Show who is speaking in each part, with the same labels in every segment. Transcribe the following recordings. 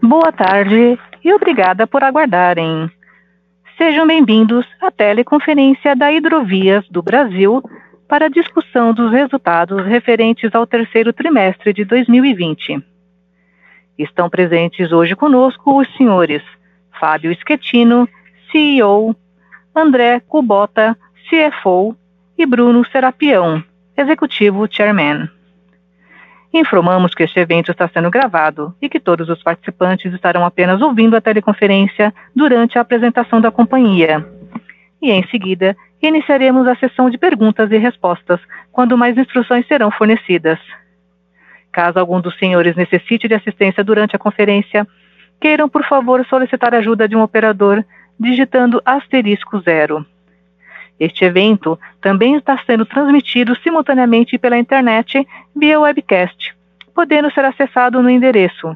Speaker 1: Boa tarde e obrigada por aguardarem. Sejam bem-vindos à teleconferência da Hidrovias do Brasil para a discussão dos resultados referentes ao terceiro trimestre de 2020. Estão presentes hoje conosco os senhores Fábio Schettino, CEO, André Kubota, CFO e Bruno Serapião, Executivo Chairman. Informamos que este evento está sendo gravado e que todos os participantes estarão apenas ouvindo a teleconferência durante a apresentação da companhia. E em seguida, iniciaremos a sessão de perguntas e respostas, quando mais instruções serão fornecidas. Caso algum dos senhores necessite de assistência durante a conferência, queiram, por favor, solicitar a ajuda de um operador digitando *0. Este evento também está sendo transmitido simultaneamente pela internet via webcast, podendo ser acessado no endereço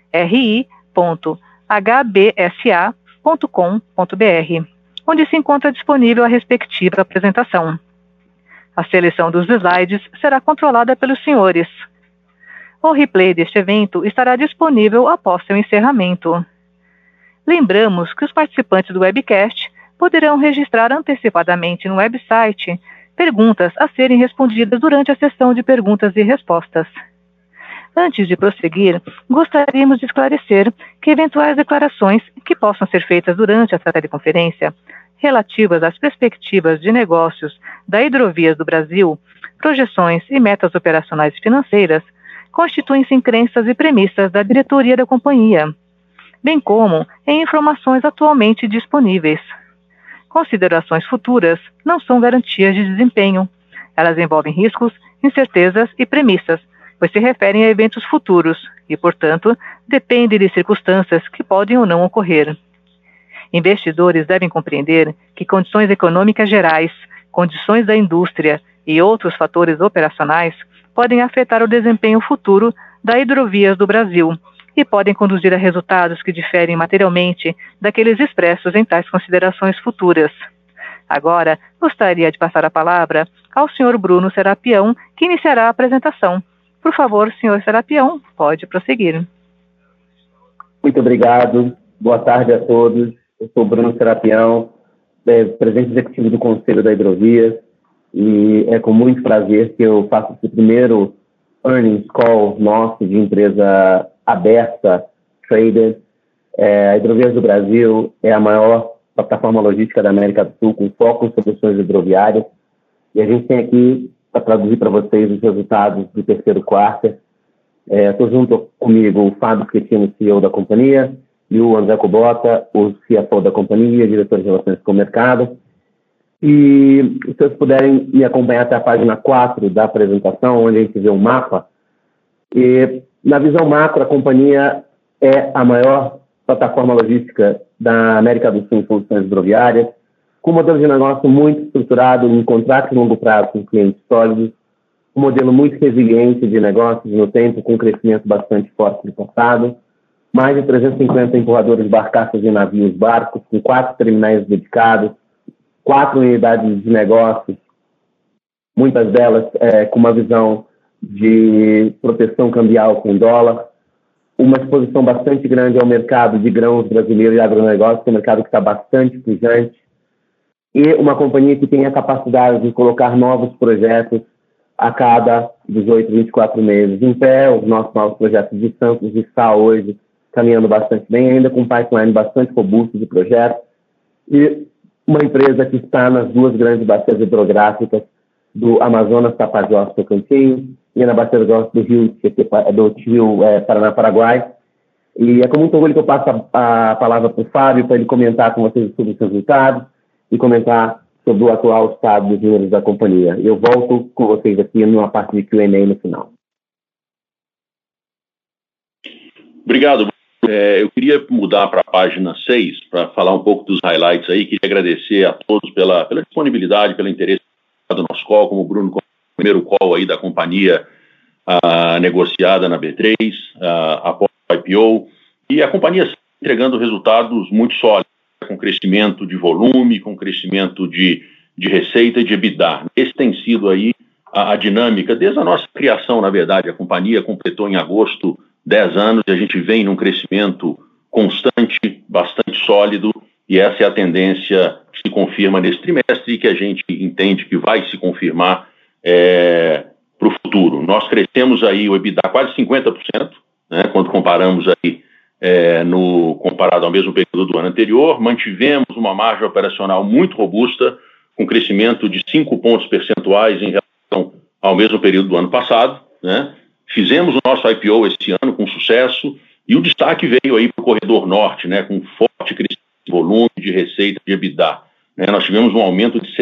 Speaker 1: ri.hbsa.com.br, onde se encontra disponível a respectiva apresentação. A seleção dos slides será controlada pelos senhores. O replay deste evento estará disponível após seu encerramento. Lembramos que os participantes do webcast poderão registrar antecipadamente no website perguntas a serem respondidas durante a sessão de perguntas e respostas. Antes de prosseguir, gostaríamos de esclarecer que eventuais declarações que possam ser feitas durante essa teleconferência, relativas às perspectivas de negócios da Hidrovias do Brasil, projeções e metas operacionais e financeiras, constituem-se em crenças e premissas da diretoria da companhia, bem como em informações atualmente disponíveis. Considerações futuras não são garantias de desempenho. Elas envolvem riscos, incertezas e premissas, pois se referem a eventos futuros e, portanto, dependem de circunstâncias que podem ou não ocorrer. Investidores devem compreender que condições econômicas gerais, condições da indústria e outros fatores operacionais podem afetar o desempenho futuro da Hidrovias do Brasil e podem conduzir a resultados que diferem materialmente daqueles expressos em tais considerações futuras. Agora, gostaria de passar a palavra ao Sr. Bruno Serapião, que iniciará a apresentação. Por favor, Sr. Serapião, pode prosseguir.
Speaker 2: Muito obrigado. Boa tarde a todos. Eu sou Bruno Serapião, presidente executivo do Conselho da Hidrovias, e é com muito prazer que eu faço esse primeiro earnings call nosso de empresa aberta, traded. A Hidrovias do Brasil é a maior plataforma logística da América do Sul, com foco em soluções hidroviárias, e a gente tem aqui para traduzir para vocês os resultados do terceiro quarto. Estou junto comigo o Fábio Schettino, CEO da companhia, e o André Kubota, o CFO da companhia, diretor de relações com o mercado. E se vocês puderem me acompanhar até a página 4 da apresentação, onde a gente vê um mapa. E na visão macro, a companhia é a maior plataforma logística da América do Sul em soluções hidroviárias, com um modelo de negócio muito estruturado em contratos de longo prazo com clientes sólidos, um modelo muito resiliente de negócios no tempo, com um crescimento bastante forte no passado, mais de 350 empurradores de barcaças e navios barcos, com 4 terminais dedicados, 4 unidades de negócios, muitas delas com uma visão de proteção cambial com dólar, uma exposição bastante grande ao mercado de grãos brasileiro e agronegócio, que é um mercado que está bastante pujante, e uma companhia que tem a capacidade de colocar novos projetos a cada 18, 24 meses em pé. Os nossos novos projetos de Santos e Sal hoje caminhando bastante bem, ainda com um pipeline bastante robusto de projetos, e uma empresa que está nas 2 grandes bacias hidrográficas do Amazonas, Tapajós, Tocantins, e na bacia do Rio Paraná-Paraguai. E é com muito orgulho que eu passo a palavra para o Fábio, para ele comentar com vocês sobre os resultados e comentar sobre o atual estado dos números da companhia. Eu volto com vocês aqui numa parte de Q&A no final.
Speaker 3: Obrigado. Eu queria mudar para a página 6, para falar um pouco dos highlights aí. Queria agradecer a todos pela disponibilidade, pelo interesse do nosso call, como o Bruno, como o primeiro call aí da companhia negociada na B3, após o IPO, e a companhia entregando resultados muito sólidos, com crescimento de volume, com crescimento de receita e de EBITDA. Esse tem sido aí a dinâmica desde a nossa criação, na verdade. A companhia completou em agosto 10 anos e a gente vem num crescimento constante, bastante sólido, e essa é a tendência que se confirma nesse trimestre e que a gente entende que vai se confirmar para o futuro. Nós crescemos aí o EBITDA quase 50%, né, quando comparamos aí comparado ao mesmo período do ano anterior. Mantivemos uma margem operacional muito robusta, com crescimento de 5 pontos percentuais em relação ao mesmo período do ano passado, né? Fizemos o nosso IPO esse ano com sucesso e o destaque veio aí para o corredor norte, né, com forte crescimento de volume, de receita, de EBITDA. Né? Nós tivemos um aumento de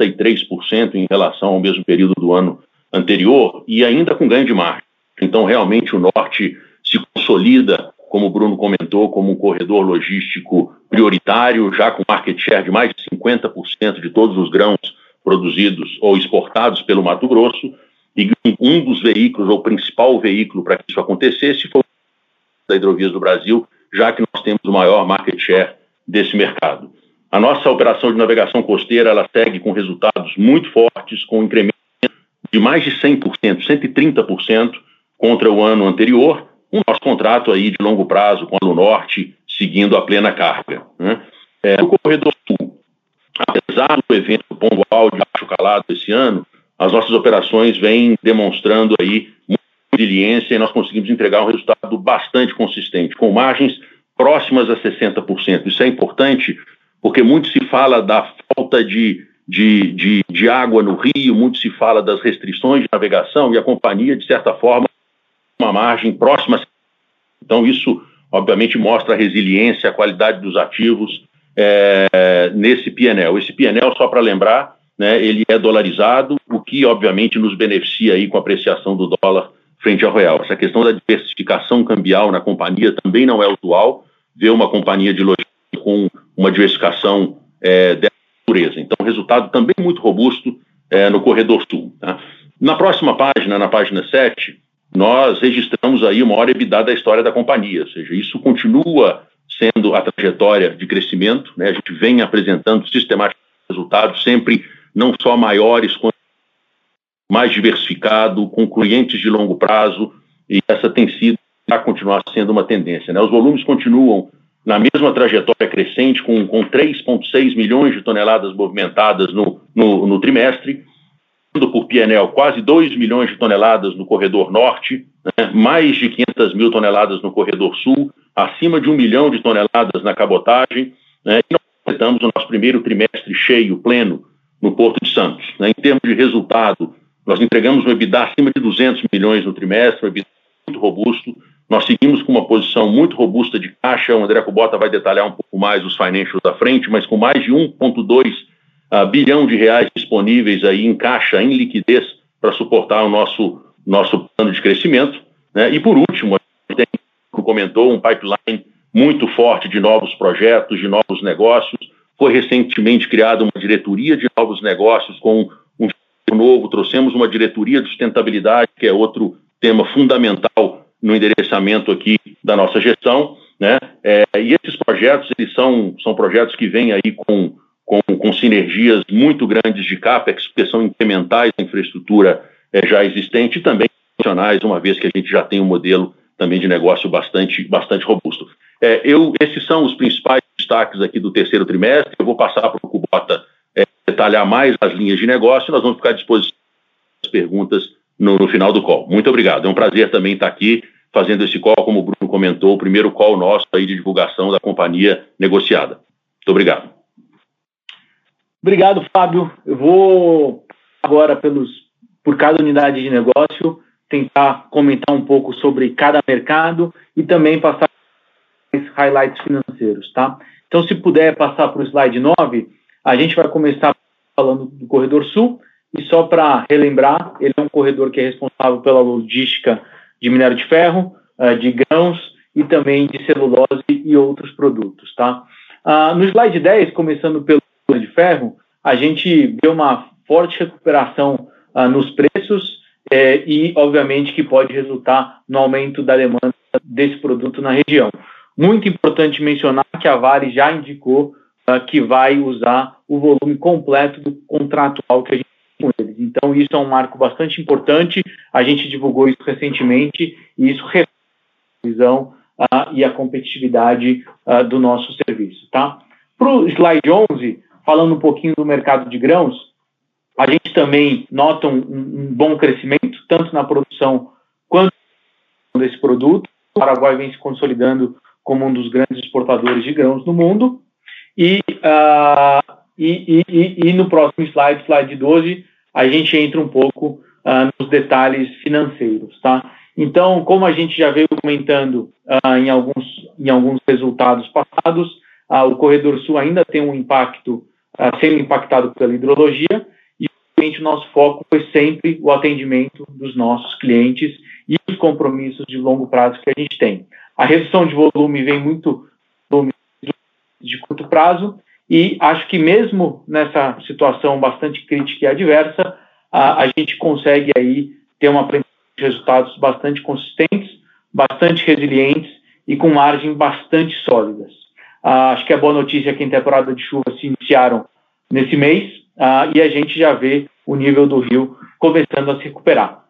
Speaker 3: 63% em relação ao mesmo período do ano anterior e ainda com ganho de margem. Então, realmente, o norte se consolida, como o Bruno comentou, como um corredor logístico prioritário, já com market share de mais de 50% de todos os grãos produzidos ou exportados pelo Mato Grosso, e um dos veículos, ou o principal veículo para que isso acontecesse, foi da Hidrovias do Brasil, já que nós temos o maior market share desse mercado. A nossa operação de navegação costeira, ela segue com resultados muito fortes, com um incremento de mais de 100%, 130% contra o ano anterior, o nosso contrato aí de longo prazo com a Lunorte, seguindo a plena carga. Né? No Corredor Sul, apesar do evento pontual de baixo calado esse ano, as nossas operações vêm demonstrando aí muita resiliência e nós conseguimos entregar um resultado bastante consistente, com margens próximas a 60%. Isso é importante porque muito se fala da falta de água no rio, muito se fala das restrições de navegação e a companhia, de certa forma, uma margem próxima. Então, isso, obviamente, mostra a resiliência, a qualidade dos ativos nesse P&L. Esse P&L, só para lembrar, né, ele é dolarizado, o que, obviamente, nos beneficia aí com a apreciação do dólar frente ao real. Essa questão da diversificação cambial na companhia também não é usual, ver uma companhia de logística com uma diversificação dessa natureza. Então, resultado também muito robusto no Corredor Sul. Tá? Na próxima página, na página 7, nós registramos aí o maior EBITDA da história da companhia, ou seja, isso continua sendo a trajetória de crescimento, né? A gente vem apresentando sistematicamente resultados sempre não só maiores, quanto mais diversificado, com clientes de longo prazo, e essa tem sido, vai continuar sendo uma tendência. Né? Os volumes continuam na mesma trajetória crescente, com 3,6 milhões de toneladas movimentadas no trimestre, por P&L quase 2 milhões de toneladas no Corredor Norte, né? Mais de 500 mil toneladas no Corredor Sul, acima de 1 milhão de toneladas na cabotagem, né? E nós completamos o nosso primeiro trimestre cheio, pleno, no Porto de Santos. Né? Em termos de resultado, nós entregamos um EBITDA acima de 200 milhões no trimestre, um EBITDA muito robusto. Nós seguimos com uma posição muito robusta de caixa. O André Kubota vai detalhar um pouco mais os financials da frente, mas com mais de 1,2 bilhão de reais disponíveis aí em caixa, em liquidez, para suportar o nosso plano de crescimento. Né? E por último, a gente comentou um pipeline muito forte de novos projetos, de novos negócios. Foi recentemente criada uma diretoria de novos negócios com um novo, trouxemos uma diretoria de sustentabilidade, que é outro tema fundamental no endereçamento aqui da nossa gestão, né? E esses projetos, eles são projetos que vêm aí com sinergias muito grandes de CAPEX, porque são incrementais à infraestrutura já existente e também funcionais, uma vez que a gente já tem um modelo também de negócio bastante robusto. Esses são os principais destaques aqui do terceiro trimestre. Eu vou passar para o Kubota detalhar mais as linhas de negócio e nós vamos ficar à disposição das perguntas no final do call. Muito obrigado. É um prazer também estar aqui fazendo esse call, como o Bruno comentou, o primeiro call nosso aí de divulgação da companhia negociada. Muito obrigado.
Speaker 4: Obrigado, Fábio. Eu vou agora, por cada unidade de negócio, tentar comentar um pouco sobre cada mercado e também passar highlights financeiros, tá? Então, se puder passar para o slide 9, a gente vai começar falando do Corredor Sul, e só para relembrar, ele é um corredor que é responsável pela logística de minério de ferro, de grãos e também de celulose e outros produtos, tá? No slide 10, começando pelo minério de ferro, a gente vê uma forte recuperação nos preços e, obviamente, que pode resultar no aumento da demanda desse produto na região. Muito importante mencionar que a Vale já indicou que vai usar o volume completo do contratual que a gente tem com eles. Então, isso é um marco bastante importante. A gente divulgou isso recentemente e isso visão e a competitividade do nosso serviço, tá? Para o slide 11, falando um pouquinho do mercado de grãos, a gente também nota um bom crescimento, tanto na produção quanto desse produto. O Paraguai vem se consolidando como um dos grandes exportadores de grãos no mundo. E no próximo slide 12, a gente entra um pouco nos detalhes financeiros, tá? Então, como a gente já veio comentando em alguns resultados passados, o Corredor Sul ainda tem um impacto sendo impactado pela hidrologia, e o nosso foco foi sempre o atendimento dos nossos clientes e os compromissos de longo prazo que a gente tem. A redução de volume vem muito de curto prazo, e acho que mesmo nessa situação bastante crítica e adversa, a gente consegue aí ter uma apresentação de resultados bastante consistentes, bastante resilientes e com margens bastante sólidas. Acho que a boa notícia é que a temporada de chuva se iniciaram nesse mês e a gente já vê o nível do rio começando a se recuperar.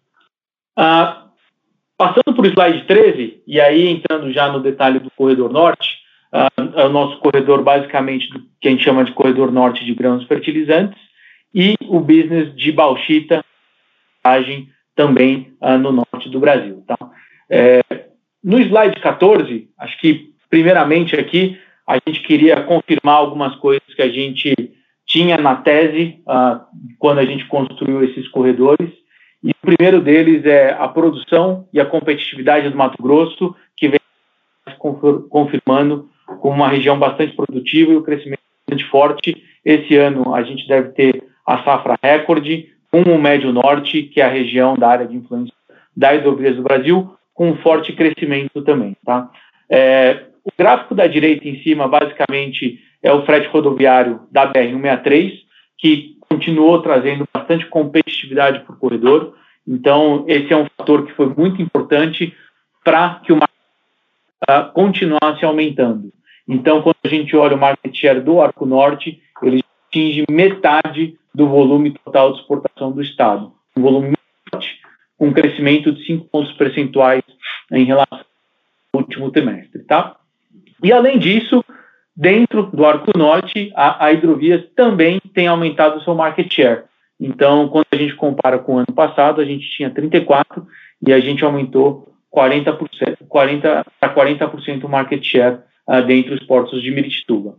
Speaker 4: Passando para o slide 13, e aí entrando já no detalhe do Corredor Norte, é o nosso corredor basicamente do que a gente chama de Corredor Norte de grãos fertilizantes, e o business de bauxita também no norte do Brasil. Tá? No slide 14, acho que primeiramente aqui a gente queria confirmar algumas coisas que a gente tinha na tese quando a gente construiu esses corredores, e o primeiro deles é a produção e a competitividade do Mato Grosso, que vem confirmando como uma região bastante produtiva e o crescimento bastante forte. Esse ano a gente deve ter a safra recorde, com o Médio Norte, que é a região da área de influência da Hidrovias do Brasil, com um forte crescimento também. Tá? O gráfico da direita em cima, basicamente, é o frete rodoviário da BR-163, que continuou trazendo bastante competitividade para o corredor. Então, esse é um fator que foi muito importante para que o market continuasse aumentando. Então, quando a gente olha o market share do Arco Norte, ele atinge metade do volume total de exportação do Estado. Um volume muito forte, com um crescimento de 5 pontos percentuais em relação ao último trimestre. Tá? E, além disso, dentro do Arco Norte, a Hidrovias também tem aumentado o seu market share. Então, quando a gente compara com o ano passado, a gente tinha 34% e a gente aumentou 40% o market share dentro dos portos de Miritituba.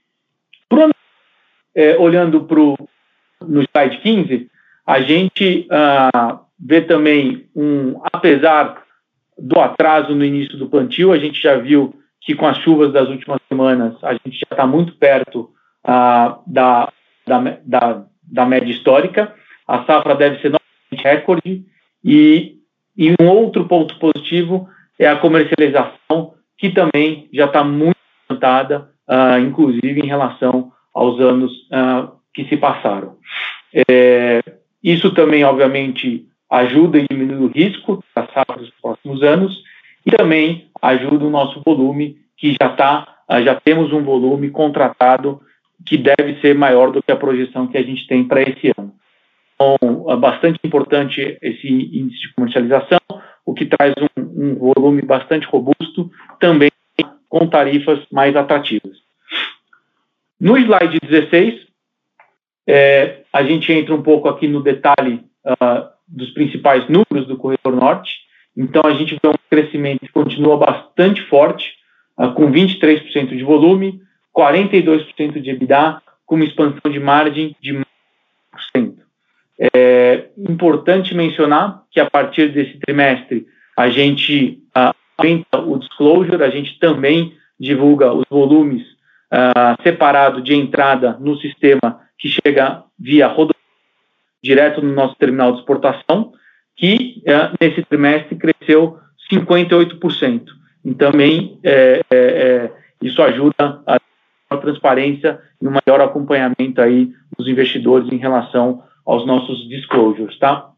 Speaker 4: Olhando no slide 15, a gente vê também, apesar do atraso no início do plantio, a gente já viu que com as chuvas das últimas semanas, a gente já está muito perto da média histórica. A safra deve ser novamente recorde. E um outro ponto positivo é a comercialização, que também já está muito aumentada, inclusive em relação aos anos que se passaram. Isso também, obviamente, ajuda e diminui o risco da safra dos próximos anos e também ajuda o nosso volume, que já temos um volume contratado que deve ser maior do que a projeção que a gente tem para esse ano. Então, é bastante importante esse índice de comercialização, o que traz um volume bastante robusto, também com tarifas mais atrativas. No slide 16, a gente entra um pouco aqui no detalhe dos principais números do Corredor Norte. Então, a gente vê um crescimento que continua bastante forte, com 23% de volume, 42% de EBITDA, com uma expansão de margem de 1%. É importante mencionar que, a partir desse trimestre, a gente aumenta o disclosure, a gente também divulga os volumes separado de entrada no sistema que chega via rodovia direto no nosso terminal de exportação, que nesse trimestre cresceu 58%. E também isso ajuda a transparência e um maior acompanhamento aí dos investidores em relação aos nossos disclosures, tá?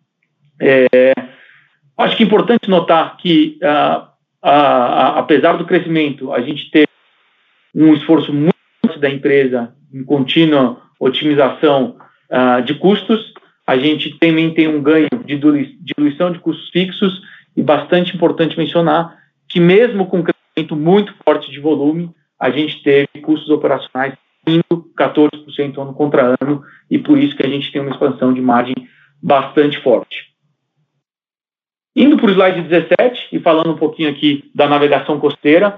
Speaker 4: Acho que é importante notar que, apesar do crescimento, a gente ter um esforço muito forte da empresa em contínua otimização de custos. A gente também tem um ganho de diluição de custos fixos e bastante importante mencionar que mesmo com um crescimento muito forte de volume, a gente teve custos operacionais indo 14% ano contra ano, e por isso que a gente tem uma expansão de margem bastante forte. Indo para o slide 17, e falando um pouquinho aqui da navegação costeira,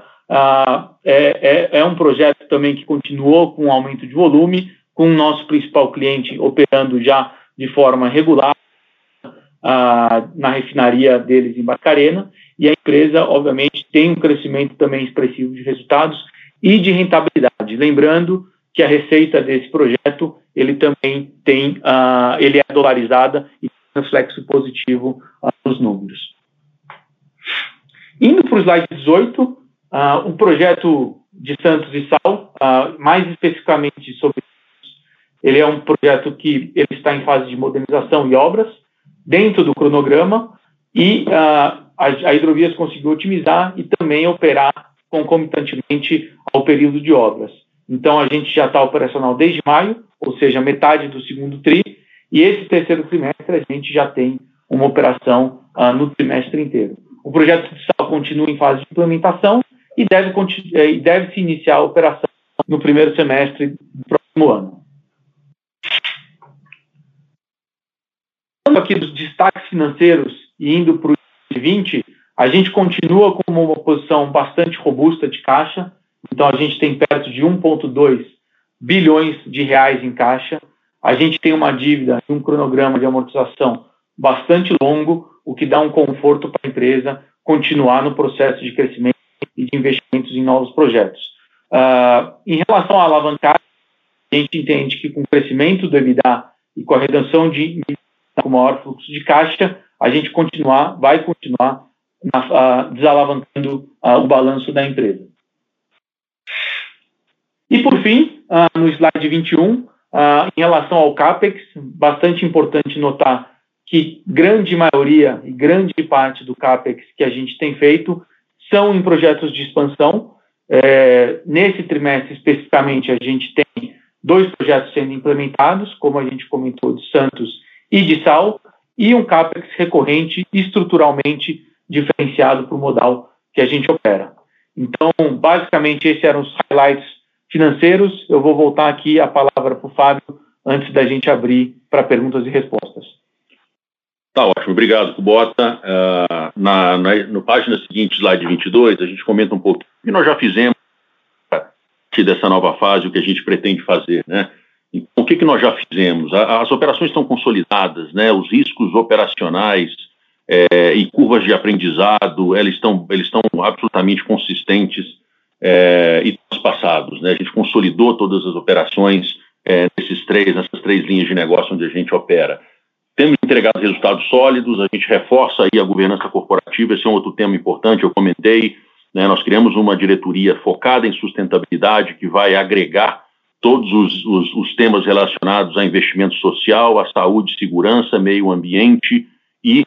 Speaker 4: é um projeto também que continuou com um aumento de volume, com o nosso principal cliente operando já de forma regular na refinaria deles em Barcarena, e a empresa, obviamente, tem um crescimento também expressivo de resultados e de rentabilidade. Lembrando que a receita desse projeto, ele também tem, ele é dolarizada e tem um reflexo positivo nos números. Indo para o slide 18, o projeto de Santos e Sal, mais especificamente sobre isso, ele é um projeto que ele está em fase de modernização e obras, dentro do cronograma, e a Hidrovias conseguiu otimizar e também operar concomitantemente ao período de obras. Então, a gente já está operacional desde maio, ou seja, metade do segundo tri, e esse terceiro trimestre a gente já tem uma operação no trimestre inteiro. O projeto de sal continua em fase de implementação e deve se iniciar a operação no primeiro semestre do próximo ano. Falando aqui dos destaques financeiros e indo para o 2020, a gente continua com uma posição bastante robusta de caixa. Então, a gente tem perto de 1,2 bilhões de reais em caixa. A gente tem uma dívida e um cronograma de amortização bastante longo, o que dá um conforto para a empresa continuar no processo de crescimento e de investimentos em novos projetos. Em relação à alavancagem, a gente entende que com o crescimento do EBITDA e com a redução de com maior fluxo de caixa, a gente vai continuar desalavancando o balanço da empresa. E, por fim, no slide 21, em relação ao CAPEX, bastante importante notar que grande maioria e grande parte do CAPEX que a gente tem feito são em projetos de expansão. Nesse trimestre, especificamente, a gente tem 2 projetos sendo implementados, como a gente comentou, de Santos e de Sal, e um CAPEX recorrente estruturalmente diferenciado para o modal que a gente opera. Então, basicamente, esses eram os highlights financeiros. Eu vou voltar aqui a palavra para o Fábio antes da gente abrir para perguntas e respostas.
Speaker 3: Tá ótimo, obrigado, Kubota. No página seguinte, slide 22, a gente comenta um pouco o que nós já fizemos dessa nova fase, o que a gente pretende fazer, né? Então, o que nós já fizemos? As operações estão consolidadas, né? Os riscos operacionais e curvas de aprendizado, eles estão absolutamente consistentes e transpassados, né? A gente consolidou todas as operações nessas 3 linhas de negócio onde a gente opera. Temos entregado resultados sólidos, a gente reforça aí a governança corporativa, esse é um outro tema importante, eu comentei, né? Nós criamos uma diretoria focada em sustentabilidade que vai agregar todos os temas relacionados a investimento social, a saúde, segurança, meio ambiente e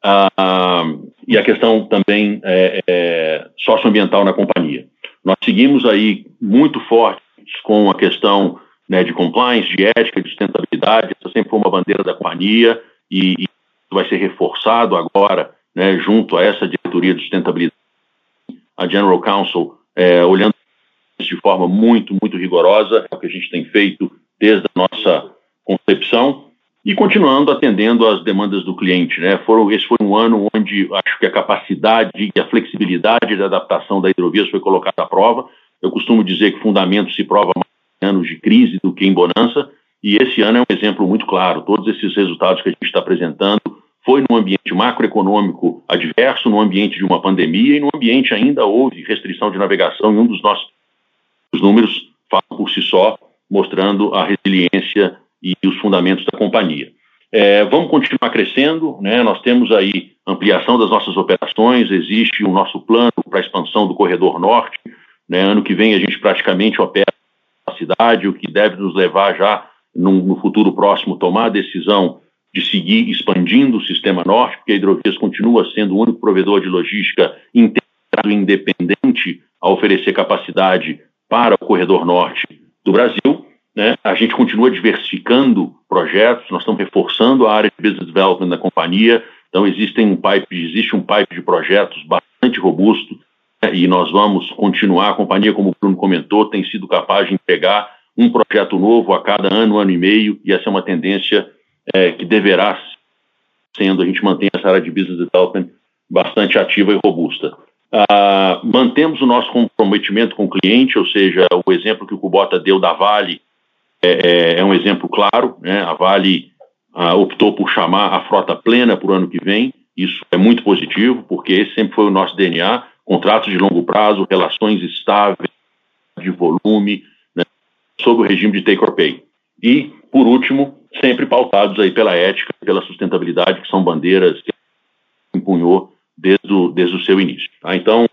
Speaker 3: a questão também socioambiental na companhia. Nós seguimos aí muito fortes com a questão, né, de compliance, de ética, de sustentabilidade. Essa sempre foi uma bandeira da companhia e vai ser reforçado agora, né, junto a essa diretoria de sustentabilidade. A General Counsel olhando de forma muito, muito rigorosa, é o que a gente tem feito desde a nossa concepção e continuando atendendo às demandas do cliente, né? Esse foi um ano onde acho que a capacidade e a flexibilidade da adaptação da Hidrovias foi colocada à prova. Eu costumo dizer que fundamento se prova mais em anos de crise do que em bonança, e esse ano é um exemplo muito claro. Todos esses resultados que a gente está apresentando foi num ambiente macroeconômico adverso, num ambiente de uma pandemia e num ambiente ainda houve restrição de navegação, e um dos nossos números falam por si só, mostrando a resiliência e os fundamentos da companhia. Vamos continuar crescendo, né? Nós temos aí ampliação das nossas operações, existe o nosso plano para a expansão do Corredor Norte, né? Ano que vem a gente praticamente opera a cidade, o que deve nos levar já no futuro próximo tomar a decisão de seguir expandindo o Sistema Norte, porque a Hidrovias continua sendo o único provedor de logística integrado e independente a oferecer capacidade para o Corredor Norte do Brasil, né? A gente continua diversificando projetos, nós estamos reforçando a área de business development da companhia, então existe um pipe de projetos bastante robusto e nós vamos continuar. A companhia, como o Bruno comentou, tem sido capaz de entregar um projeto novo a cada ano e meio, e essa é uma tendência que deverá sendo, a gente mantém essa área de business development bastante ativa e robusta. Mantemos o nosso comprometimento com o cliente, ou seja, o exemplo que o Kubota deu da Vale é um exemplo claro, né? A Vale optou por chamar a frota plena para o ano que vem. Isso é muito positivo, porque esse sempre foi o nosso DNA, contratos de longo prazo, relações estáveis de volume, né, sob o regime de take or pay. E, por último, sempre pautados aí pela ética e pela sustentabilidade, que são bandeiras que empunhou desde o seu início. Tá? Então,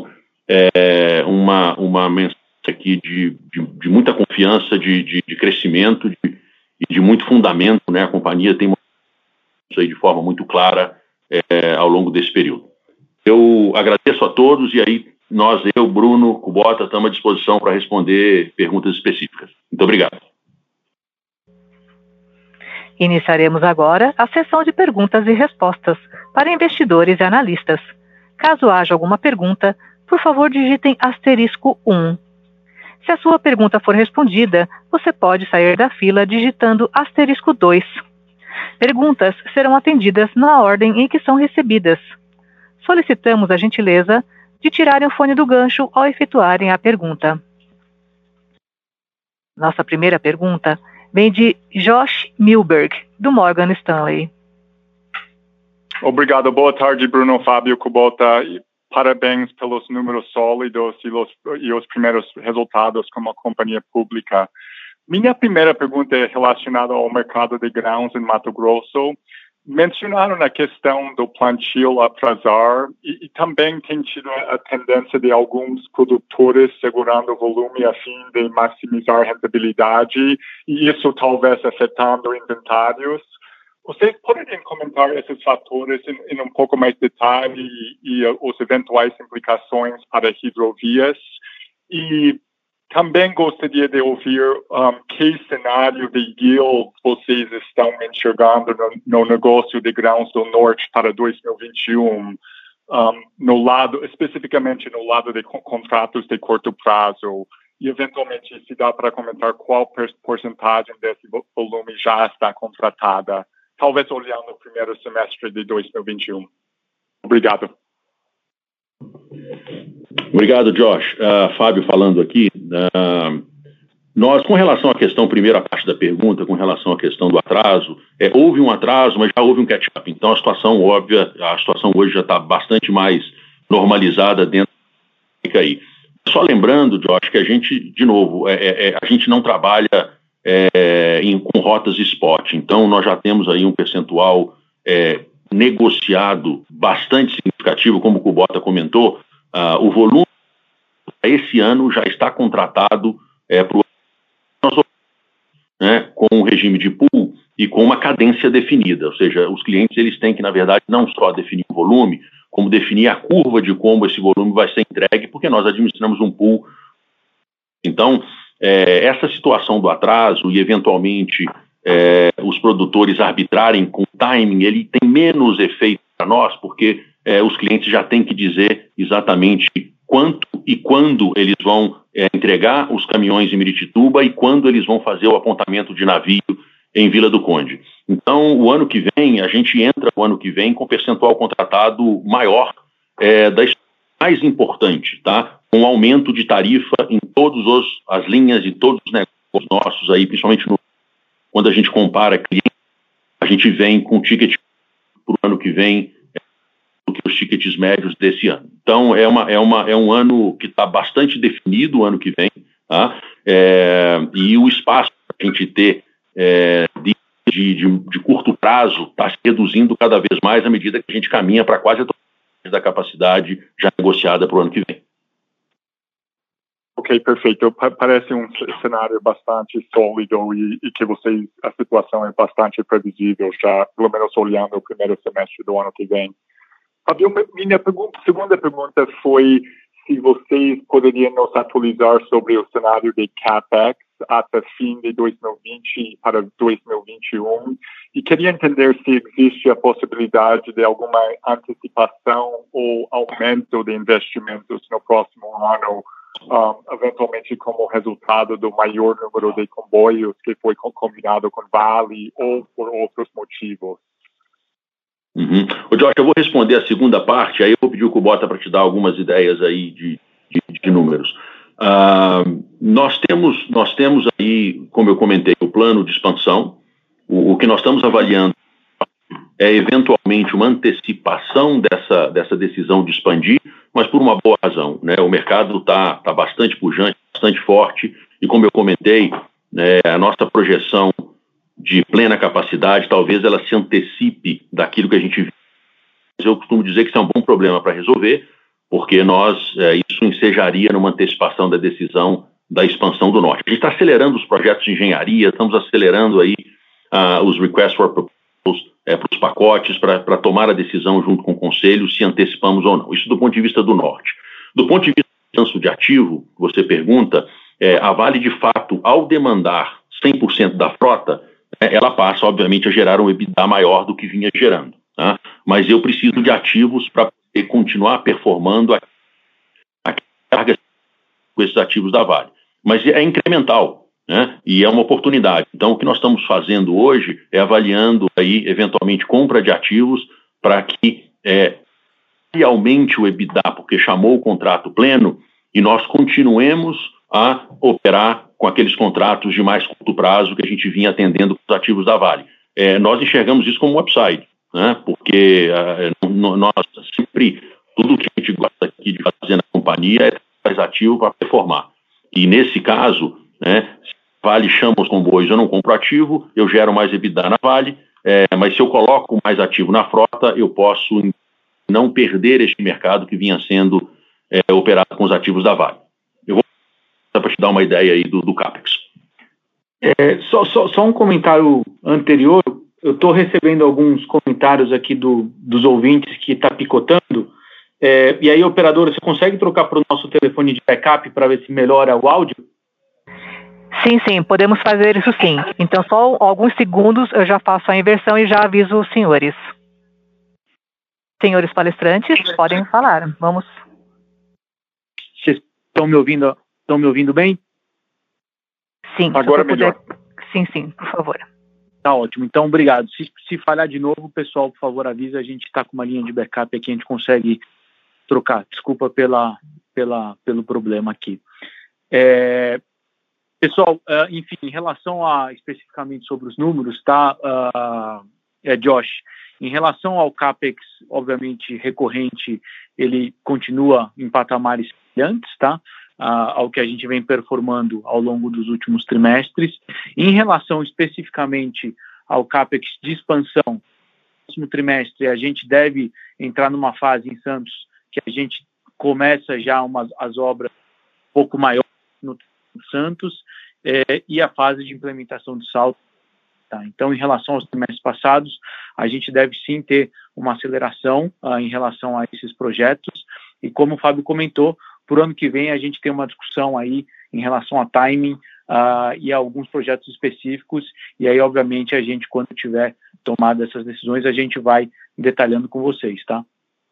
Speaker 3: uma mensagem aqui de muita confiança, de crescimento e de muito fundamento, né? A companhia tem isso aí de forma muito clara ao longo desse período. Eu agradeço a todos e aí eu, Bruno, Kubota, estamos à disposição para responder perguntas específicas. Muito obrigado.
Speaker 1: Iniciaremos agora a sessão de perguntas e respostas para investidores e analistas. Caso haja alguma pergunta, por favor digitem *1. Se a sua pergunta for respondida, você pode sair da fila digitando *2. Perguntas serão atendidas na ordem em que são recebidas. Solicitamos a gentileza de tirarem o fone do gancho ao efetuarem a pergunta. Nossa primeira pergunta vem de Josh Milberg, do Morgan Stanley.
Speaker 5: Obrigado. Boa tarde, Bruno, Fábio, Kubota. Parabéns pelos números sólidos e os primeiros resultados como companhia pública. Minha primeira pergunta é relacionada ao mercado de grãos em Mato Grosso. Mencionaram a questão do plantio atrasar e também tem tido a tendência de alguns produtores segurando o volume a fim de maximizar a rentabilidade e isso talvez afetando inventários. Vocês poderiam comentar esses fatores em um pouco mais de detalhe e as eventuais implicações para hidrovias? E também gostaria de ouvir que cenário de yield vocês estão enxergando no negócio de grãos do norte para 2021, especificamente no lado de contratos de curto prazo. E, eventualmente, se dá para comentar qual porcentagem desse volume já está contratada, talvez olhando o primeiro semestre de 2021. Obrigado.
Speaker 3: Obrigado, Josh. Fábio falando aqui. Nós, com relação à questão, primeira parte da pergunta, com relação à questão do atraso, houve um atraso, mas já houve um catch-up. Então, a situação hoje já está bastante mais normalizada dentro da aí. Só lembrando, Josh, que a gente, de novo, a gente não trabalha com rotas spot. Então, nós já temos aí um percentual negociado bastante significativo, como o Kubota comentou. O volume esse ano já está contratado para o ano, né, com um regime de pool e com uma cadência definida, ou seja, os clientes eles têm que, na verdade, não só definir o volume, como definir a curva de como esse volume vai ser entregue, porque nós administramos um pool. Então, essa situação do atraso e, eventualmente, os produtores arbitrarem com timing, ele tem menos efeito para nós, porque os clientes já têm que dizer exatamente quanto e quando eles vão entregar os caminhões em Miritituba e quando eles vão fazer o apontamento de navio em Vila do Conde. Então, o ano que vem, a gente entra o ano que vem com percentual contratado maior mais importante, tá? Um aumento de tarifa em todas as linhas e todos os negócios nossos aí, principalmente quando a gente compara clientes, a gente vem com ticket para o ano que vem do que os tickets médios desse ano. Então, é um ano que está bastante definido o ano que vem, tá? E o espaço para a gente ter de curto prazo está se reduzindo cada vez mais à medida que a gente caminha para quase a totalidade da capacidade já negociada para o ano que vem.
Speaker 5: Ok, perfeito. Parece um cenário bastante sólido e que a situação é bastante previsível já, pelo menos olhando o primeiro semestre do ano que vem. Minha segunda pergunta foi se vocês poderiam nos atualizar sobre o cenário de CAPEX até fim de 2020 para 2021. E queria entender se existe a possibilidade de alguma antecipação ou aumento de investimentos no próximo ano, eventualmente como resultado do maior número de comboios que foi combinado com Vale ou por outros motivos.
Speaker 3: Uhum. Josh, eu vou responder a segunda parte, aí eu vou pedir o Kubota para te dar algumas ideias aí de números. Nós temos aí, como eu comentei, o plano de expansão. O que nós estamos avaliando é eventualmente uma antecipação dessa decisão de expandir, mas por uma boa razão, né? O mercado está bastante pujante, bastante forte, e como eu comentei, né, a nossa projeção de plena capacidade, talvez ela se antecipe daquilo que a gente viu. Eu costumo dizer que isso é um bom problema para resolver, porque isso ensejaria numa antecipação da decisão da expansão do Norte. A gente está acelerando os projetos de engenharia, estamos acelerando aí os requests for proposals para os pacotes, para tomar a decisão junto com o Conselho se antecipamos ou não. Isso do ponto de vista do Norte. Do ponto de vista do balanço de ativo, você pergunta, a Vale, de fato, ao demandar 100% da frota, ela passa, obviamente, a gerar um EBITDA maior do que vinha gerando. Tá? Mas eu preciso de ativos para poder continuar performando a carga com esses ativos da Vale. Mas é incremental, né? E é uma oportunidade. Então, o que nós estamos fazendo hoje é avaliando aí, eventualmente, compra de ativos para que aumente o EBITDA, porque chamou o contrato pleno, e nós continuemos a operar com aqueles contratos de mais curto prazo que a gente vinha atendendo com os ativos da Vale. Nós enxergamos isso como um upside, né? Porque nós sempre, tudo que a gente gosta aqui de fazer na companhia é mais ativo para performar. E nesse caso, né, se a Vale chama os comboios, eu não compro ativo, eu gero mais EBITDA na Vale, mas se eu coloco mais ativo na frota, eu posso não perder este mercado que vinha sendo operado com os ativos da Vale. Eu vou para te dar uma ideia aí do CAPEX.
Speaker 4: Só um comentário anterior. Eu estou recebendo alguns comentários aqui dos ouvintes que está picotando. E aí, operadora, você consegue trocar para o nosso telefone de backup para ver se melhora o áudio?
Speaker 1: Sim, podemos fazer isso sim. Então, só alguns segundos eu já faço a inversão e já aviso os senhores. Senhores palestrantes, podem falar. Vamos.
Speaker 4: Vocês estão me ouvindo bem?
Speaker 1: Sim.
Speaker 5: Agora melhor.
Speaker 1: Sim, por favor.
Speaker 4: Tá ótimo, então obrigado. Se falhar de novo, pessoal, por favor, avisa, a gente está com uma linha de backup aqui, a gente consegue trocar. Desculpa pelo problema aqui. Pessoal, enfim, em relação especificamente sobre os números, tá, Josh, em relação ao CAPEX, obviamente, recorrente, ele continua em patamares semelhantes, tá? Ao que a gente vem performando ao longo dos últimos trimestres. Em relação especificamente ao CAPEX de expansão, no próximo trimestre a gente deve entrar numa fase em Santos que a gente começa já as obras um pouco maiores no Santos e a fase de implementação de Salto. Tá? Então, em relação aos trimestres passados, a gente deve sim ter uma aceleração em relação a esses projetos e, como o Fábio comentou, por ano que vem a gente tem uma discussão aí em relação a timing e a alguns projetos específicos, e aí, obviamente, a gente, quando tiver tomado essas decisões, a gente vai detalhando com vocês, tá?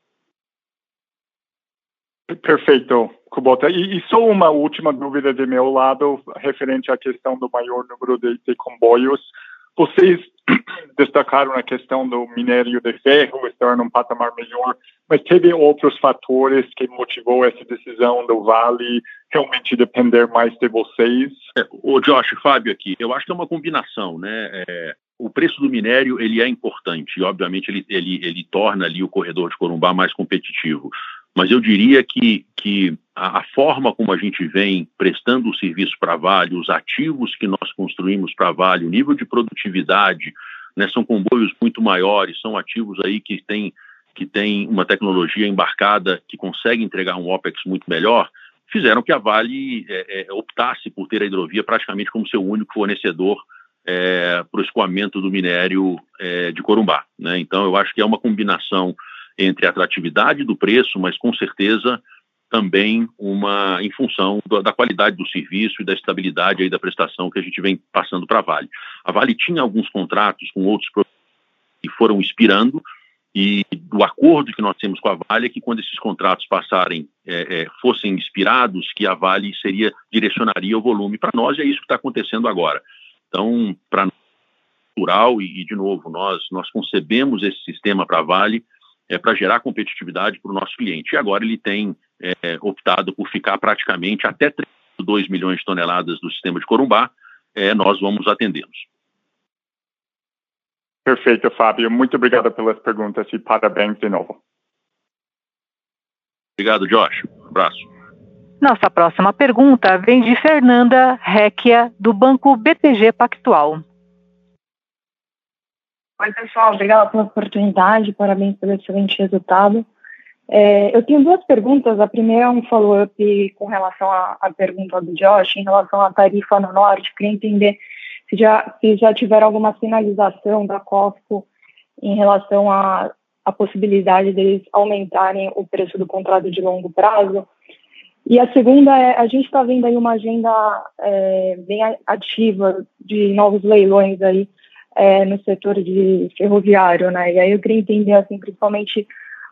Speaker 5: Perfeito, Kubota. E só uma última dúvida de meu lado, referente à questão do maior número de comboios. Vocês destacaram a questão do minério de ferro estar num patamar melhor, mas teve outros fatores que motivou essa decisão do Vale realmente depender mais de vocês?
Speaker 3: O Josh, Fábio aqui, eu acho que é uma combinação, né? O preço do minério, ele é importante e, obviamente, ele torna ali o corredor de Corumbá mais competitivo. Mas eu diria que a forma como a gente vem prestando o serviço para a Vale, os ativos que nós construímos para a Vale, o nível de produtividade, né, são comboios muito maiores, são ativos aí que tem uma tecnologia embarcada que consegue entregar um OPEX muito melhor, fizeram que a Vale optasse por ter a hidrovia praticamente como seu único fornecedor para o escoamento do minério de Corumbá, né? Então, eu acho que é uma combinação entre a atratividade do preço, mas com certeza também em função da qualidade do serviço e da estabilidade aí da prestação que a gente vem passando para a Vale. A Vale tinha alguns contratos com outros que foram expirando, e o acordo que nós temos com a Vale é que quando esses contratos fossem expirados, que a Vale direcionaria o volume para nós, e é isso que está acontecendo agora. Então, para nós, natural, e de novo, nós concebemos esse sistema para a Vale para gerar competitividade para o nosso cliente. E agora ele tem optado por ficar praticamente até 2 milhões de toneladas do sistema de Corumbá, nós vamos atendê-los.
Speaker 5: Perfeito, Fábio. Muito obrigado pelas perguntas e parabéns de novo.
Speaker 3: Obrigado, Josh. Um abraço.
Speaker 1: Nossa próxima pergunta vem de Fernanda Recchia, do Banco BTG Pactual.
Speaker 6: Oi, pessoal. Obrigada pela oportunidade. Parabéns pelo excelente resultado. Eu tenho duas perguntas. A primeira é um follow-up com relação à pergunta do Josh, em relação à tarifa no Norte. Queria entender se já tiveram alguma sinalização da COFCO em relação à possibilidade deles aumentarem o preço do contrato de longo prazo. E a segunda a gente está vendo aí uma agenda bem ativa de novos leilões aí no setor de ferroviário, né? E aí eu queria entender, assim, principalmente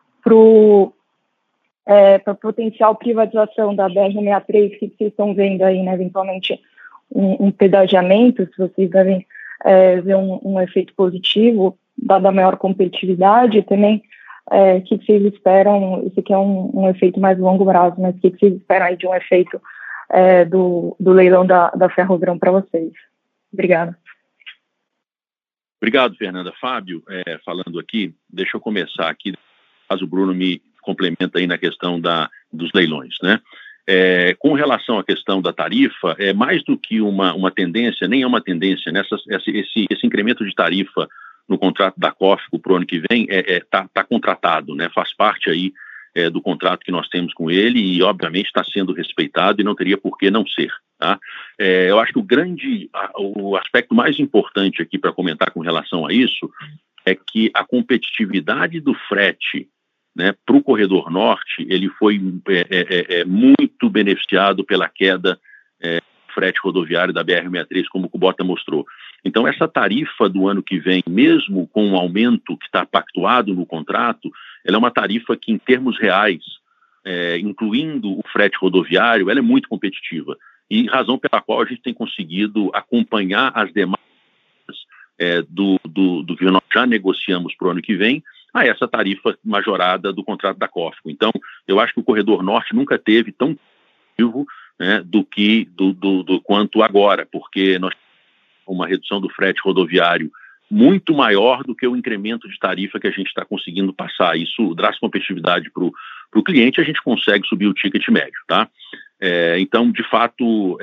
Speaker 6: para potencial privatização da BR-63, que vocês estão vendo aí, né? Eventualmente um pedagiamento, se vocês devem ver um efeito positivo, dada a maior competitividade, também o que vocês esperam, isso aqui é um efeito mais longo prazo, mas o que vocês esperam aí de um efeito do leilão da Ferrogrão para vocês? Obrigada.
Speaker 3: Obrigado, Fernanda. Fábio, falando aqui, deixa eu começar aqui, caso o Bruno me complementa aí na questão dos leilões, né? Com relação à questão da tarifa, mais do que uma tendência, nem é uma tendência, né? Esse incremento de tarifa no contrato da COFCO para o ano que vem tá contratado, né? Faz parte aí do contrato que nós temos com ele e, obviamente, está sendo respeitado e não teria por que não ser. Tá? Eu acho que o aspecto mais importante aqui para comentar com relação a isso é que a competitividade do frete, né, para o Corredor Norte, ele foi muito beneficiado pela queda do frete rodoviário da BR-63, como o Kubota mostrou. Então, essa tarifa do ano que vem, mesmo com o aumento que está pactuado no contrato, ela é uma tarifa que, em termos reais, incluindo o frete rodoviário, ela é muito competitiva. E razão pela qual a gente tem conseguido acompanhar as demandas do que nós já negociamos para o ano que vem a essa tarifa majorada do contrato da COFCO. Então, eu acho que o Corredor Norte nunca teve tão competitivo, né, do quanto agora, porque nós temos uma redução do frete rodoviário muito maior do que o incremento de tarifa que a gente está conseguindo passar. Isso traz competitividade para o cliente, a gente consegue subir o ticket médio, tá? Então, de fato,